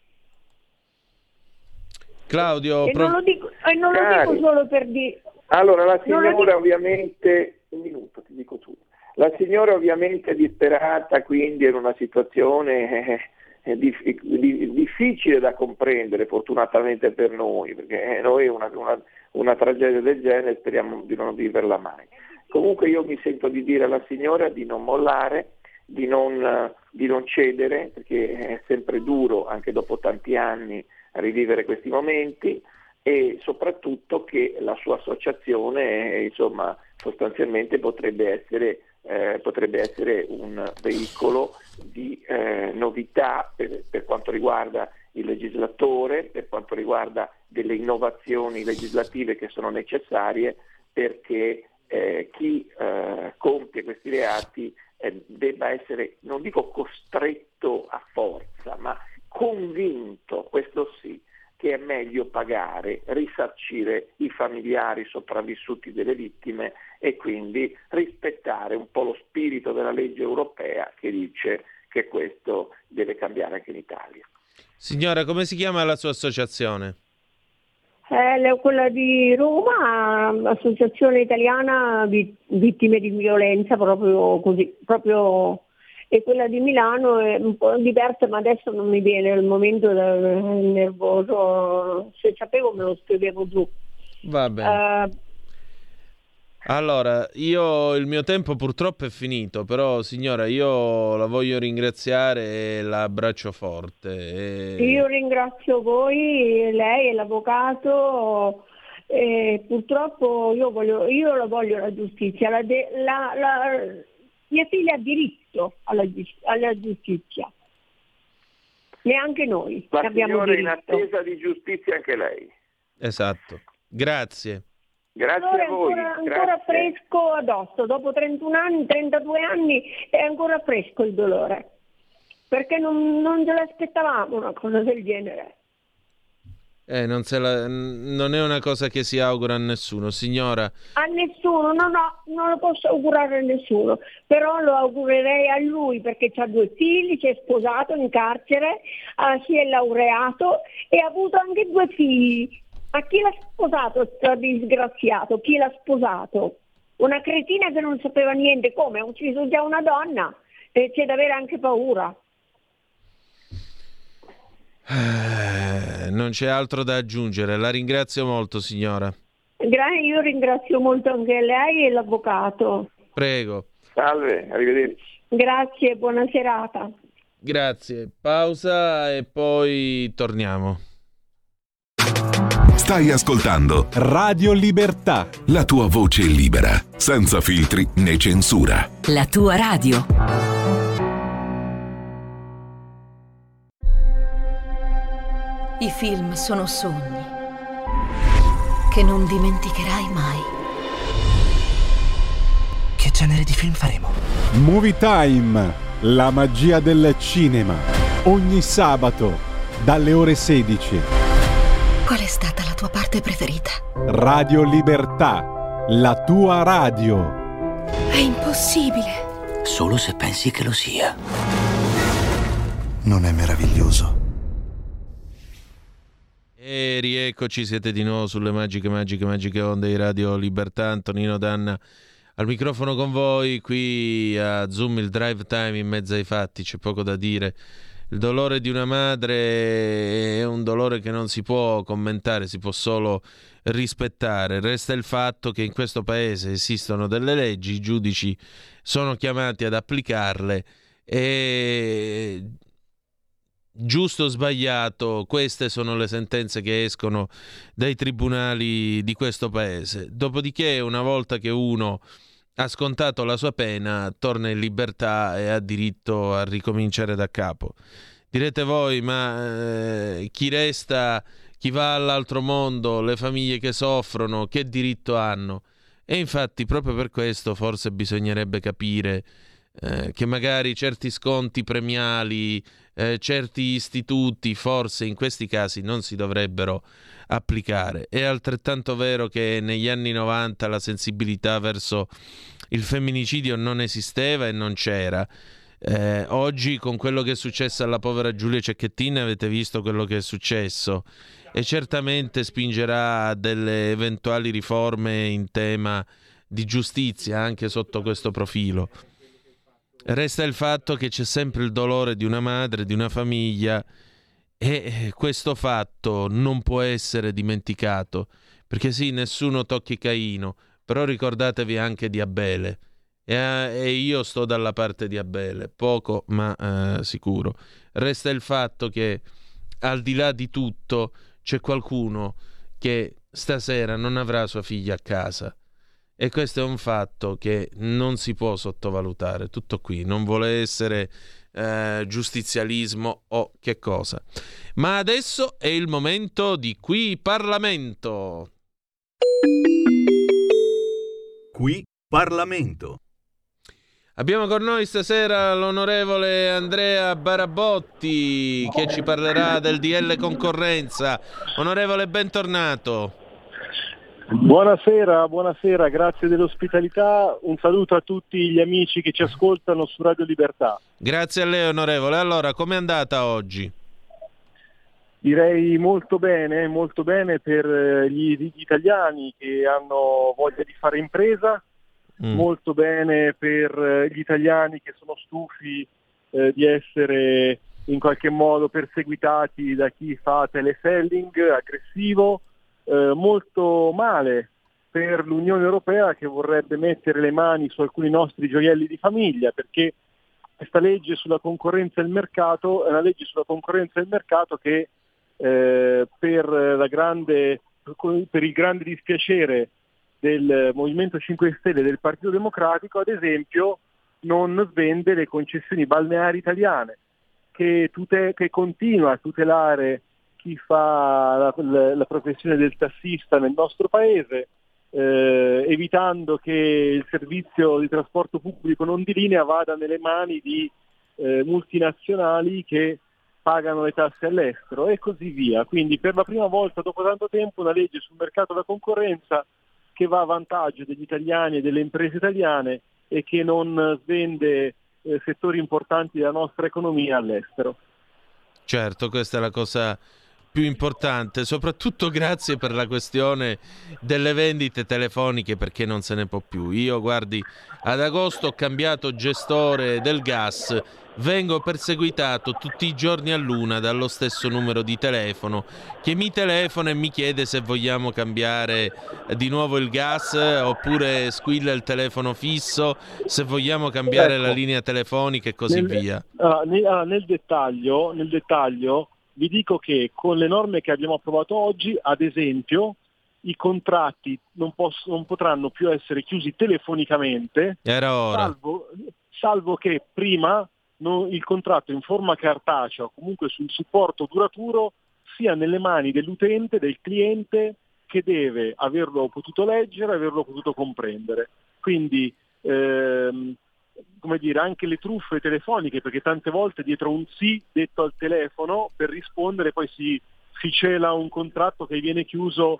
Claudio, e pro... non lo dico, e non lo dico solo per dire. Allora la signora dico... ovviamente, un minuto ti dico tu. La signora ovviamente è disperata, quindi è in una situazione eh, eh, dif- di- difficile da comprendere, fortunatamente per noi, perché noi una, una, una tragedia del genere speriamo di non viverla mai. Comunque io mi sento di dire alla signora di non mollare, di non, di non cedere, perché è sempre duro anche dopo tanti anni rivivere questi momenti, e soprattutto che la sua associazione eh, insomma sostanzialmente potrebbe essere Eh, potrebbe essere un veicolo di eh, novità per, per quanto riguarda il legislatore, per quanto riguarda delle innovazioni legislative che sono necessarie perché eh, chi eh, compie questi reati eh, debba essere, non dico costretto a forza, ma convinto, questo sì, che è meglio pagare, risarcire i familiari sopravvissuti delle vittime e quindi rispettare un po' lo spirito della legge europea che dice che questo deve cambiare anche in Italia. Signora, come si chiama la sua associazione? È quella di Roma, Associazione Italiana Vittime di Violenza, proprio così, proprio... E quella di Milano è un po' diversa, ma adesso non mi viene il momento del nervoso. Se sapevo me lo scrivevo giù. Va bene. Allora, io il mio tempo purtroppo è finito, però signora, io la voglio ringraziare e la abbraccio forte. E... Io ringrazio voi, lei e l'avvocato. E purtroppo io voglio, io la voglio la giustizia. La de, la, la, mia figlia ha diritto alla, alla giustizia. Neanche noi La abbiamo signora diritto. in attesa di giustizia anche lei. Esatto. Grazie. Grazie allora a voi. Ancora, Grazie. ancora fresco addosso, dopo trentuno anni, trentadue anni è ancora fresco il dolore, perché non, non ce l'aspettavamo una cosa del genere. Eh, non, se la, non è una cosa che si augura a nessuno, signora. A nessuno, no, no, non lo posso augurare a nessuno, però lo augurerei a lui perché ha due figli, si è sposato in carcere, eh, si è laureato e ha avuto anche due figli. Ma chi l'ha sposato, sta disgraziato? Chi l'ha sposato? Una cretina che non sapeva niente, come? Ha ucciso già una donna e c'è da avere anche paura. Eh, non c'è altro da aggiungere, la ringrazio molto signora. Gra- io ringrazio molto anche lei e l'avvocato. Prego. Salve, arrivederci. Grazie, buona serata. Grazie, pausa e poi torniamo. Stai ascoltando Radio Libertà, la tua voce libera, senza filtri né censura. La tua radio. I film sono sogni che non dimenticherai mai. Che genere di film faremo? Movie Time, la magia del cinema. Ogni sabato, dalle ore sedici. Qual è stata la tua parte preferita? Radio Libertà, la tua radio. È impossibile. Solo se pensi che lo sia. Non è meraviglioso? E rieccoci, siete di nuovo sulle magiche, magiche, magiche onde di Radio Libertà. Antonino Danna al microfono con voi, qui a Zoom il drive time in mezzo ai fatti, c'è poco da dire. Il dolore di una madre è un dolore che non si può commentare, si può solo rispettare. Resta il fatto che in questo paese esistono delle leggi, i giudici sono chiamati ad applicarle e... giusto o sbagliato, queste sono le sentenze che escono dai tribunali di questo paese. Dopodiché, una volta che uno ha scontato la sua pena, torna in libertà e ha diritto a ricominciare da capo. Direte voi, ma eh, chi resta, chi va all'altro mondo, le famiglie che soffrono, che diritto hanno? E infatti proprio per questo forse bisognerebbe capire eh, che magari certi sconti premiali, Eh, certi istituti forse in questi casi non si dovrebbero applicare. È altrettanto vero che negli anni novanta la sensibilità verso il femminicidio non esisteva e non c'era. Eh, oggi con quello che è successo alla povera Giulia Cecchettin avete visto quello che è successo e certamente spingerà a delle eventuali riforme in tema di giustizia anche sotto questo profilo. Resta il fatto che c'è sempre il dolore di una madre, di una famiglia e questo fatto non può essere dimenticato, perché sì, nessuno tocchi Caino, però ricordatevi anche di Abele e, e io sto dalla parte di Abele, poco ma eh, sicuro. Resta il fatto che al di là di tutto c'è qualcuno che stasera non avrà sua figlia a casa. E questo è un fatto che non si può sottovalutare. Tutto qui, non vuole essere eh, giustizialismo o che cosa. Ma adesso è il momento di Qui Parlamento. Qui Parlamento. Abbiamo con noi stasera l'onorevole Andrea Barabotti che ci parlerà del D L concorrenza. Onorevole, bentornato. Buonasera, buonasera, grazie dell'ospitalità, un saluto a tutti gli amici che ci ascoltano su Radio Libertà. Grazie a lei onorevole. Allora, com'è andata oggi? Direi molto bene, molto bene per gli, gli italiani che hanno voglia di fare impresa, mm. molto bene per gli italiani che sono stufi eh, di essere in qualche modo perseguitati da chi fa teleselling aggressivo. Eh, molto male per l'Unione Europea che vorrebbe mettere le mani su alcuni nostri gioielli di famiglia, perché questa legge sulla concorrenza e il mercato è una legge sulla concorrenza e il mercato che eh, per, la grande, per il grande dispiacere del Movimento cinque Stelle e del Partito Democratico, ad esempio, non svende le concessioni balneari italiane, che, tute- che continua a tutelare chi fa la, la, la professione del tassista nel nostro paese, eh, evitando che il servizio di trasporto pubblico non di linea vada nelle mani di eh, multinazionali che pagano le tasse all'estero e così via. Quindi per la prima volta dopo tanto tempo una legge sul mercato della concorrenza che va a vantaggio degli italiani e delle imprese italiane e che non svende eh, settori importanti della nostra economia all'estero. Certo, questa è la cosa più importante, soprattutto grazie per la questione delle vendite telefoniche, perché non se ne può più. Io, guardi, ad agosto ho cambiato gestore del gas, vengo perseguitato tutti i giorni a luna dallo stesso numero di telefono che mi telefona e mi chiede se vogliamo cambiare di nuovo il gas, oppure squilla il telefono fisso, se vogliamo cambiare ecco, la linea telefonica e così nel, via. Uh, nel, uh, nel dettaglio, nel dettaglio vi dico che con le norme che abbiamo approvato oggi, ad esempio, i contratti non, poss- non potranno più essere chiusi telefonicamente, Era ora. Salvo, salvo che prima no, il contratto in forma cartacea o comunque sul supporto duraturo sia nelle mani dell'utente, del cliente, che deve averlo potuto leggere, averlo potuto comprendere. Quindi ehm, come dire, anche le truffe telefoniche, perché tante volte dietro un sì detto al telefono per rispondere poi si, si cela un contratto che viene chiuso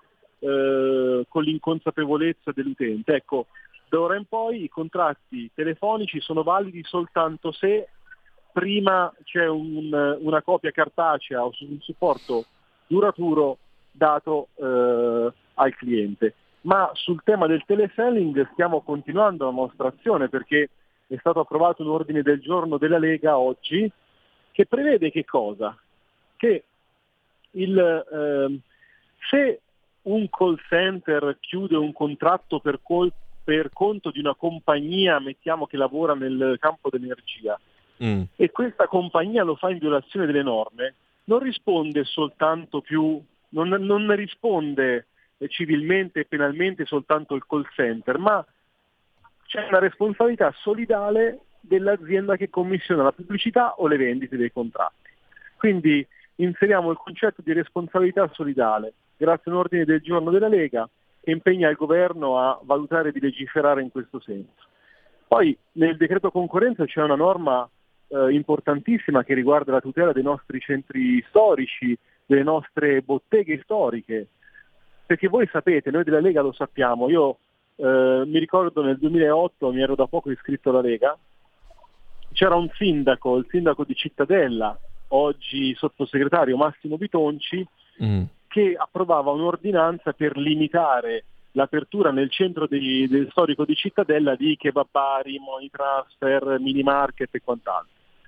eh, con l'inconsapevolezza dell'utente. Ecco, da ora in poi i contratti telefonici sono validi soltanto se prima c'è un, una copia cartacea o su un supporto duraturo dato eh, al cliente. Ma sul tema del teleselling stiamo continuando la nostra azione, perché è stato approvato un ordine del giorno della Lega oggi che prevede che cosa? Che il, eh, se un call center chiude un contratto per, col- per conto di una compagnia, mettiamo che lavora nel campo dell'energia, mm. e questa compagnia lo fa in violazione delle norme, non risponde soltanto più, non, non risponde civilmente e penalmente soltanto il call center, ma c'è una responsabilità solidale dell'azienda che commissiona la pubblicità o le vendite dei contratti. Quindi inseriamo il concetto di responsabilità solidale, grazie a un ordine del giorno della Lega, che impegna il governo a valutare di legiferare in questo senso. Poi nel decreto concorrenza c'è una norma eh, importantissima che riguarda la tutela dei nostri centri storici, delle nostre botteghe storiche, perché voi sapete, noi della Lega lo sappiamo, io Uh, mi ricordo nel duemilaotto, mi ero da poco iscritto alla Lega, c'era un sindaco, il sindaco di Cittadella, oggi sottosegretario Massimo Bitonci, mm. che approvava un'ordinanza per limitare l'apertura nel centro di, del storico di Cittadella di kebabari, money transfer, mini market e quant'altro.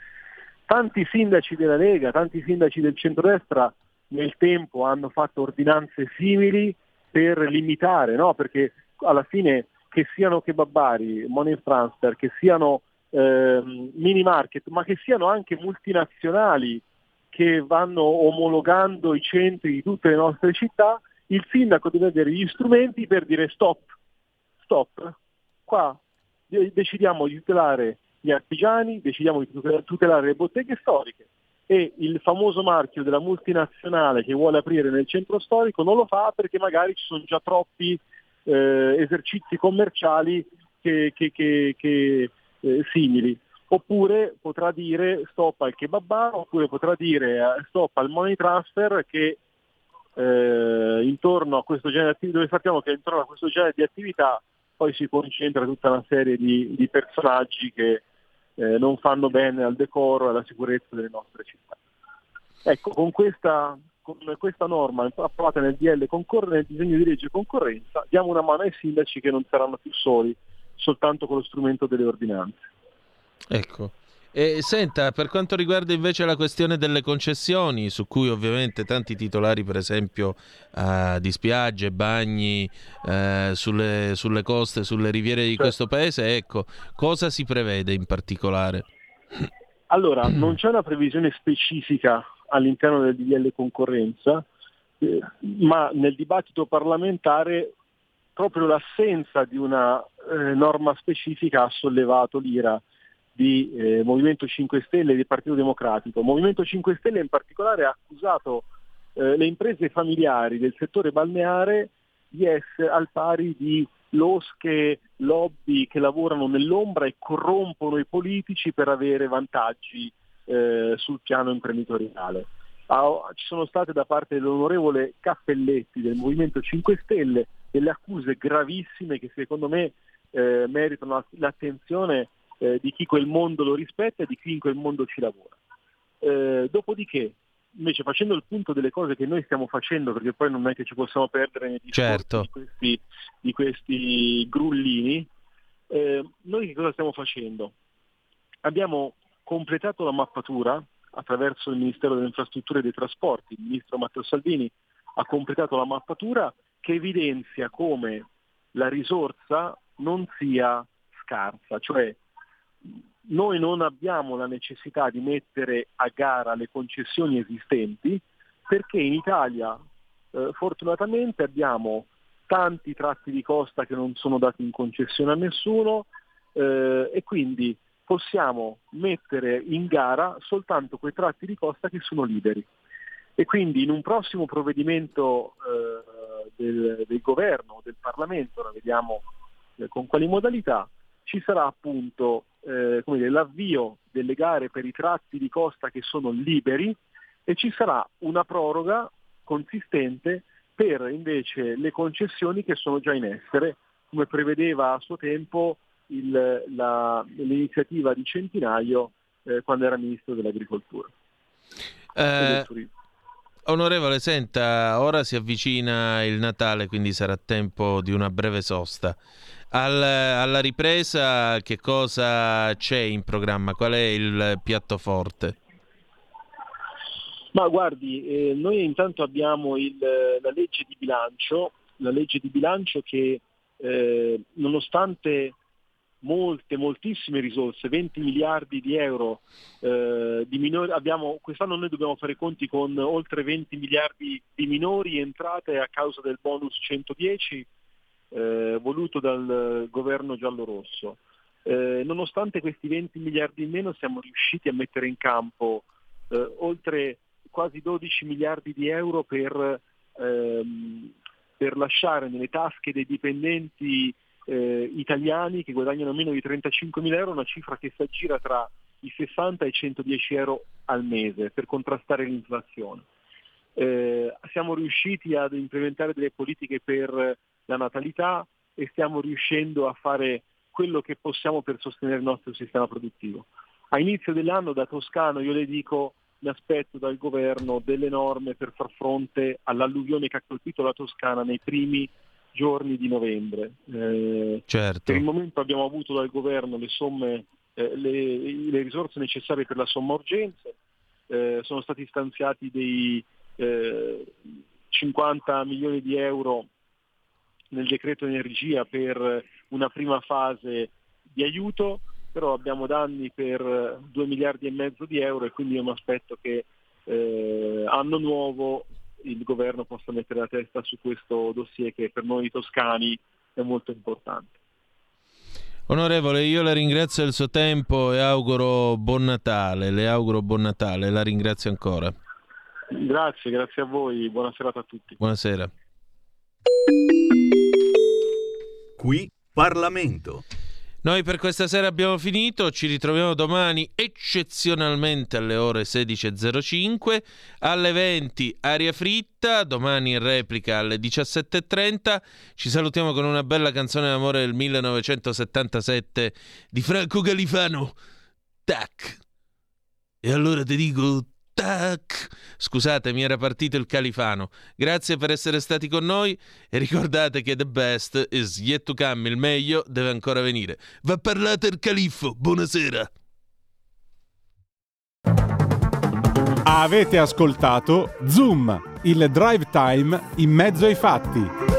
Tanti sindaci della Lega, tanti sindaci del centrodestra nel tempo hanno fatto ordinanze simili per limitare, no? Perché alla fine che siano kebabari, money transfer, che siano eh, mini market, ma che siano anche multinazionali che vanno omologando i centri di tutte le nostre città, il sindaco deve avere gli strumenti per dire stop, stop, qua decidiamo di tutelare gli artigiani, decidiamo di tutelare le botteghe storiche, e il famoso marchio della multinazionale che vuole aprire nel centro storico non lo fa perché magari ci sono già troppi Eh, esercizi commerciali che, che, che, che eh, simili, oppure potrà dire stop al kebabaro, oppure potrà dire eh, stop al money transfer, che eh, intorno a questo genere di attività, dove sappiamo che intorno a questo genere di attività poi si concentra tutta una serie di, di personaggi che eh, non fanno bene al decoro e alla sicurezza delle nostre città. Ecco, con questa con questa norma approvata nel D L concor- nel disegno di legge concorrenza, diamo una mano ai sindaci che non saranno più soli soltanto con lo strumento delle ordinanze. Ecco, E senta, per quanto riguarda invece la questione delle concessioni, su cui ovviamente tanti titolari, per esempio uh, di spiagge, bagni uh, sulle, sulle coste, sulle riviere di questo paese, ecco, cosa si prevede in particolare? Allora, non c'è una previsione specifica all'interno del D D L concorrenza, eh, ma nel dibattito parlamentare proprio l'assenza di una eh, norma specifica ha sollevato l'ira di eh, Movimento cinque Stelle e di Partito Democratico. Movimento cinque Stelle in particolare ha accusato eh, le imprese familiari del settore balneare di essere al pari di losche lobby che lavorano nell'ombra e corrompono i politici per avere vantaggi eh, sul piano imprenditoriale. Ah, ci sono state da parte dell'onorevole Cappelletti del Movimento cinque Stelle delle accuse gravissime che secondo me eh, meritano l'attenzione Eh, di chi quel mondo lo rispetta e di chi in quel mondo ci lavora. Eh, dopodiché, invece, facendo il punto delle cose che noi stiamo facendo, perché poi non è che ci possiamo perdere nei discorsi certo. di, questi, di questi grullini, eh, noi che cosa stiamo facendo? Abbiamo completato la mappatura attraverso il Ministero delle Infrastrutture e dei Trasporti. Il ministro Matteo Salvini ha completato la mappatura che evidenzia come la risorsa non sia scarsa, cioè noi non abbiamo la necessità di mettere a gara le concessioni esistenti perché in Italia eh, fortunatamente abbiamo tanti tratti di costa che non sono dati in concessione a nessuno eh, e quindi possiamo mettere in gara soltanto quei tratti di costa che sono liberi. E quindi in un prossimo provvedimento eh, del, del governo, del Parlamento, ora vediamo eh, con quali modalità, ci sarà appunto eh, come dire, l'avvio delle gare per i tratti di costa che sono liberi e ci sarà una proroga consistente per invece le concessioni che sono già in essere, come prevedeva a suo tempo il, la, l'iniziativa di Centinaio eh, quando era Ministro dell'Agricoltura. Eh, onorevole, senta, ora si avvicina il Natale, quindi sarà tempo di una breve sosta. Al, alla ripresa che cosa c'è in programma? Qual è il piatto forte? Ma guardi, eh, noi intanto abbiamo il, la legge di bilancio, la legge di bilancio che eh, nonostante molte, moltissime risorse, venti miliardi di euro eh, di minori, abbiamo, quest'anno noi dobbiamo fare i conti con oltre venti miliardi di minori entrate a causa del bonus centodieci Eh, voluto dal governo giallorosso. Eh, nonostante questi venti miliardi in meno siamo riusciti a mettere in campo eh, oltre quasi dodici miliardi di euro per, ehm, per lasciare nelle tasche dei dipendenti eh, italiani che guadagnano meno di trentacinquemila euro una cifra che si aggira tra i sessanta e i centodieci euro al mese per contrastare l'inflazione. Eh, siamo riusciti ad implementare delle politiche per la natalità e stiamo riuscendo a fare quello che possiamo per sostenere il nostro sistema produttivo. A inizio dell'anno da toscano io le dico mi aspetto dal governo delle norme per far fronte all'alluvione che ha colpito la Toscana nei primi giorni di novembre. Eh, certo. Per il momento abbiamo avuto dal governo le somme, eh, le, le risorse necessarie per la somma urgenze, eh, sono stati stanziati dei eh, cinquanta milioni di euro nel decreto energia per una prima fase di aiuto, però abbiamo danni per due miliardi e mezzo di euro e quindi io mi aspetto che eh, anno nuovo il governo possa mettere la testa su questo dossier che per noi toscani è molto importante. Onorevole, io la ringrazio del suo tempo e auguro buon Natale, le auguro buon Natale, la ringrazio ancora. Grazie, grazie a voi, buona serata a tutti. Buonasera. Qui Parlamento. Noi per questa sera abbiamo finito, ci ritroviamo domani eccezionalmente alle ore sedici e zero cinque, alle venti Aria Fritta, domani in replica alle diciassette e trenta. Ci salutiamo con una bella canzone d'amore del millenovecentosettantasette di Franco Califano. Tac. E allora ti dico tac. Scusate, mi era partito il Califano. Grazie per essere stati con noi e ricordate che the best is yet to come, il meglio deve ancora venire. Va parlato il califfo, buonasera. Avete ascoltato Zoom, il drive time in mezzo ai fatti.